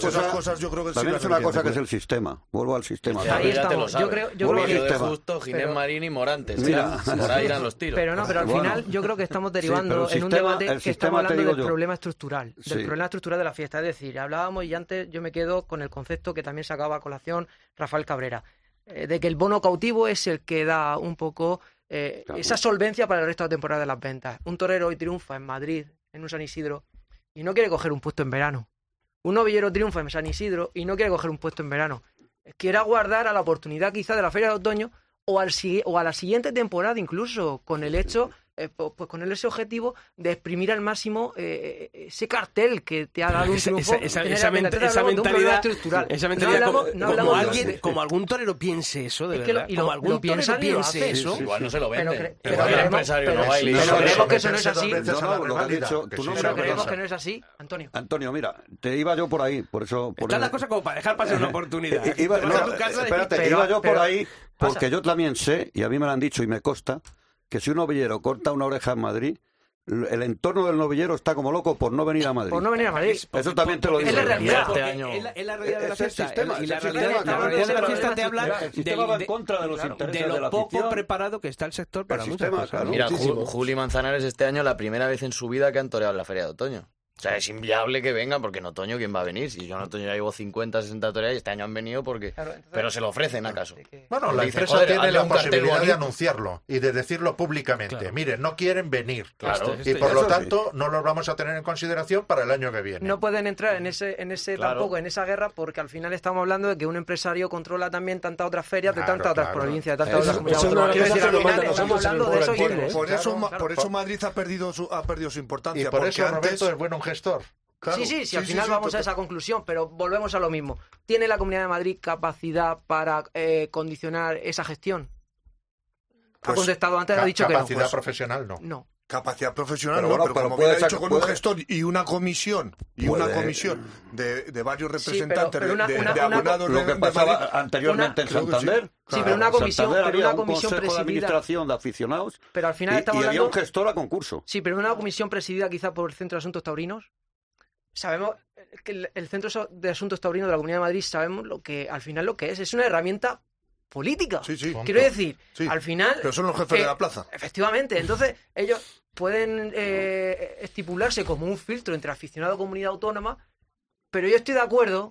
una cosa que es el sistema. Vuelvo al sistema. Ahí estamos. Yo creo que justo Ginés Marín y Morantes. Mira. Por ahí irán los tiros. Pero no, pero al bueno, final yo creo que estamos derivando sí, en sistema, un debate que estamos hablando del yo. problema estructural, del sí. problema estructural de la fiesta. Es decir, hablábamos y antes yo me quedo con el concepto que también sacaba a colación Rafael Cabrera, eh, de que el bono cautivo es el que da un poco eh, Claro. esa solvencia para el resto de la temporada de las ventas. Un torero hoy triunfa en Madrid, en un San Isidro, y no quiere coger un puesto en verano. Un novillero triunfa en San Isidro y no quiere coger un puesto en verano. Quiere aguardar a la oportunidad quizá de la Feria de Otoño o, al, o a la siguiente temporada incluso, con el hecho, eh, pues con ese objetivo de exprimir al máximo eh, ese cartel que te ha dado un triunfo. Esa, esa, esa, ment esa mentalidad, esa mentalidad, no hablamos, como, no como, alguien, de... como algún torero piense eso, de es verdad, que lo, como lo, algún lo torero piense eso, sí, sí, igual no se lo vende. Pero, pero, pero, pero, empresario pero, no baile. pero, pero creemos que eso no es así. No, no, lo has dicho. Tú no pero creemos que no es así, Antonio. Antonio, mira, te iba yo por ahí, por eso... Por Está el... la cosa como para dejar pasar una oportunidad. Iba, no, a tu casa espérate, y... pero, iba yo pero, por ahí porque pasa. Yo también sé, y a mí me lo han dicho y me consta, que si un novillero corta una oreja en Madrid, el entorno del novillero está como loco por no venir a Madrid. Por no venir a Madrid. Eso por, también te lo digo. Es la realidad. Este año. Es, la, es la realidad de la fiesta. Sistema, y la realidad, la realidad de la fiesta te habla el sistema va en contra de los claro, intereses de lo de la poco afición. Preparado que está el sector para el muchas sistema, cosas. claro. Mira, Juli Manzanares este año la primera vez en su vida que han toreado en la Feria de Otoño. O sea, es inviable que vengan porque en otoño ¿quién va a venir? Si yo en otoño ya llevo cincuenta, sesenta toreas y este año han venido porque... Claro, entonces, pero se lo ofrecen acaso. Bueno, la dice, empresa tiene la posibilidad de anunciarlo y de decirlo públicamente. Claro. Miren, no quieren venir. Claro. Y por lo tanto no los vamos a tener en consideración para el año que viene. No pueden entrar en ese, en ese claro. tampoco, en esa guerra, porque al final estamos hablando de que un empresario controla también tantas otras ferias de tantas claro, otras claro. provincias, de tantas otras comunidades autónomas. Estamos hablando de eso y de Por eso, por eso Madrid ha perdido su, ha perdido su importancia. Y por eso Roberto es bueno un gestor. Claro, sí, sí, sí, sí, al final sí, sí, vamos sí, a esa conclusión, pero volvemos a lo mismo. ¿Tiene la Comunidad de Madrid capacidad para eh, condicionar esa gestión? Pues, ha contestado antes, ha dicho que no. Capacidad pues, profesional, no. No. Capacidad profesional, pero no, bueno, pero, pero como bien ha dicho, con puede, un gestor y una comisión, y puede, una comisión de, de varios representantes sí, pero, pero una, de, una, de abonados lo que de, pasaba de anteriormente una, en Santander. Sí, claro, pero una comisión, Santander pero una había comisión un consejo presidida. de administración de aficionados pero al final y, estamos y había hablando, un gestor a concurso. Sí, pero una comisión presidida quizá por el Centro de Asuntos Taurinos. Sabemos que el, el Centro de Asuntos Taurinos de la Comunidad de Madrid sabemos lo que al final lo que es. Es una herramienta política. Sí, sí. Quiero decir, sí. al final... Pero son los jefes eh, de la plaza. Efectivamente. Entonces, ellos pueden eh, estipularse como un filtro entre aficionado y comunidad autónoma, pero yo estoy de acuerdo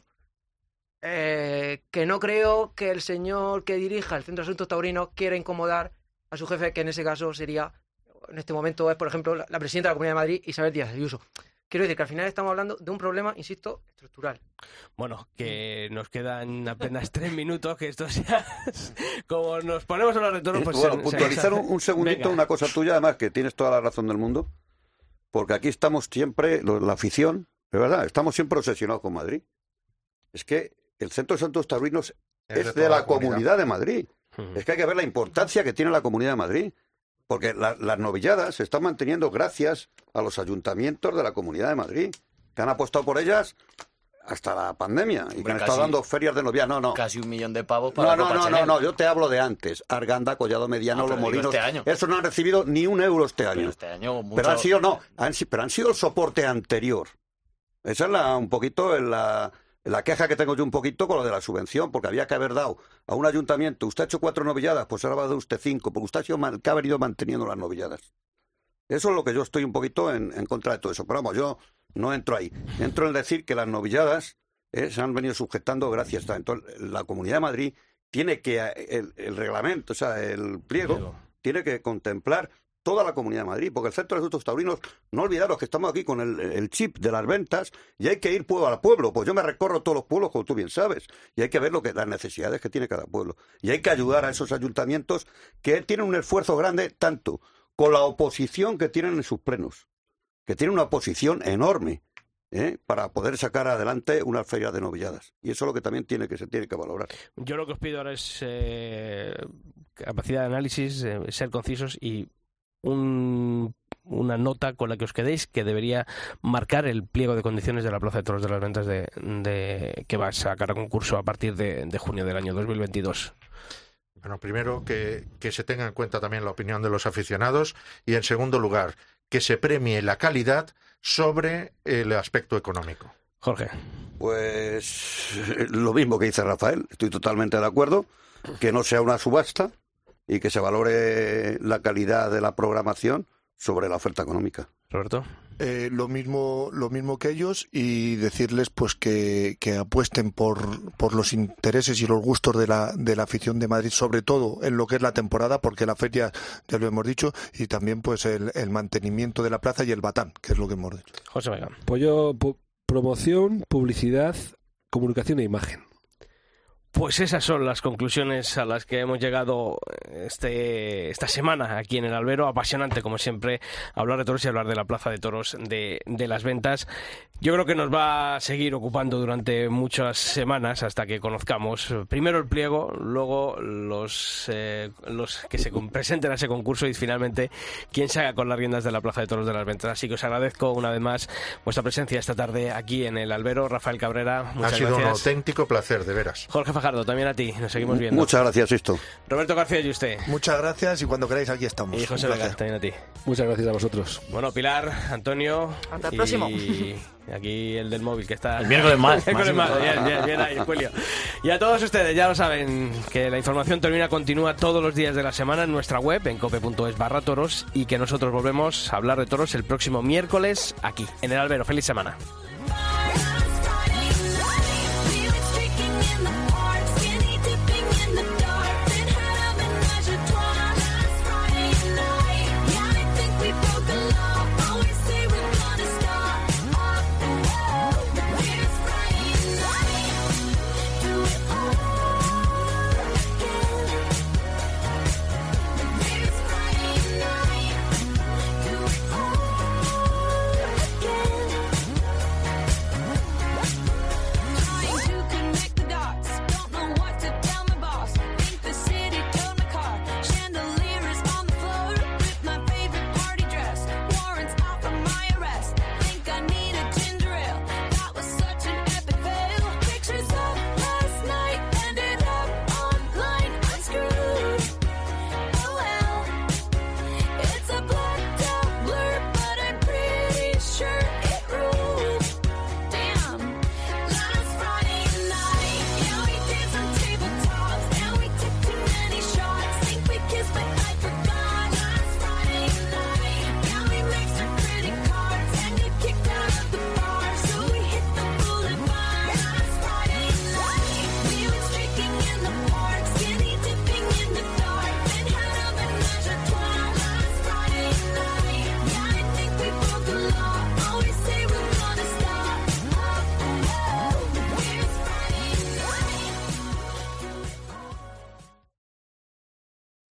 eh, que no creo que el señor que dirija el Centro de Asuntos Taurinos quiera incomodar a su jefe, que en ese caso sería, en este momento es, por ejemplo, la, la presidenta de la Comunidad de Madrid, Isabel Díaz Ayuso. Quiero decir que al final estamos hablando de un problema, insisto, estructural. Bueno, que nos quedan apenas tres minutos, que esto sea... Como nos ponemos a los retornos... Pues bueno, se, puntualizar se... un, un segundito Venga. Una cosa tuya, además, que tienes toda la razón del mundo, porque aquí estamos siempre, la afición, de verdad, estamos siempre obsesionados con Madrid. Es que el Centro de Asuntos Taurinos es, es de, de la, la comunidad. comunidad de Madrid. Uh-huh. Es que hay que ver la importancia que tiene la Comunidad de Madrid. Porque la, las novilladas se están manteniendo gracias a los ayuntamientos de la Comunidad de Madrid, que han apostado por ellas hasta la pandemia y Hombre, que han estado dando ferias de novilladas. No, no. Casi un millón de pavos para No, no, no, no, no, yo te hablo de antes. Arganda, Collado Mediano, no, Los Molinos. Este año. Eso no han recibido ni un euro este año. Pero este año mucho... Pero han sido, no, han, pero han sido el soporte anterior. Esa es la, un poquito la... La queja que tengo yo un poquito con lo de la subvención, porque había que haber dado a un ayuntamiento, usted ha hecho cuatro novilladas, pues ahora va a dar usted cinco, porque usted ha sido mal, que ha venido manteniendo las novilladas. Eso es lo que yo estoy un poquito en, en contra de todo eso. Pero vamos, yo no entro ahí. Entro en decir que las novilladas eh, se han venido sujetando gracias a... Entonces, la Comunidad de Madrid tiene que... El, el reglamento, o sea, el pliego, Pliego. tiene que contemplar toda la Comunidad de Madrid, porque el Centro de Asuntos Taurinos, no olvidaros que estamos aquí con el, el chip de las ventas y hay que ir pueblo a pueblo, pues yo me recorro todos los pueblos, como tú bien sabes, y hay que ver lo que las necesidades que tiene cada pueblo, y hay que ayudar a esos ayuntamientos que tienen un esfuerzo grande, tanto con la oposición que tienen en sus plenos, que tienen una oposición enorme, ¿eh? para poder sacar adelante una feria de novilladas, y eso es lo que también tiene que se tiene que valorar. Yo lo que os pido ahora es eh, capacidad de análisis, eh, ser concisos y Un, una nota con la que os quedéis que debería marcar el pliego de condiciones de la Plaza de Toros de las Ventas de, de, que va a sacar a concurso a partir de, de junio del año dos mil veintidós. Bueno, primero que, que se tenga en cuenta también la opinión de los aficionados y en segundo lugar que se premie la calidad sobre el aspecto económico. Jorge. Pues lo mismo que dice Rafael, estoy totalmente de acuerdo, que no sea una subasta y que se valore la calidad de la programación, sobre la oferta económica. Roberto. Eh, lo mismo lo mismo que ellos, y decirles pues que, que apuesten por, por los intereses y los gustos de la, de la afición de Madrid, sobre todo en lo que es la temporada, porque la feria ya lo hemos dicho, y también pues el, el mantenimiento de la plaza y el batán, que es lo que hemos dicho. José Vega. Apoyo, pu- promoción, publicidad, comunicación e imagen. Pues esas son las conclusiones a las que hemos llegado este, esta semana aquí en el Albero. Apasionante, como siempre, hablar de toros y hablar de la Plaza de Toros de, de las Ventas. Yo creo que nos va a seguir ocupando durante muchas semanas hasta que conozcamos primero el pliego, luego los, eh, los que se presenten a ese concurso y finalmente quién se haga con las riendas de la Plaza de Toros de las Ventas. Así que os agradezco una vez más vuestra presencia esta tarde aquí en el Albero. Rafael Cabrera, muchas ha sido gracias. Un auténtico placer, de veras. Jorge Fajardo, también a ti, nos seguimos viendo. Muchas gracias, Sisto. Roberto García y usted. Muchas gracias, y cuando queráis aquí estamos. Y José Vega, también a ti. Muchas gracias a vosotros. Bueno, Pilar, Antonio. Hasta el y próximo. Aquí el del móvil que está. El miércoles más. El miércoles más. Bien, bien, bien ahí, Julio. Y a todos ustedes, ya lo saben, que la información taurina continúa todos los días de la semana en nuestra web, en cope.es barra toros, y que nosotros volvemos a hablar de toros el próximo miércoles aquí, en el Albero. Feliz semana.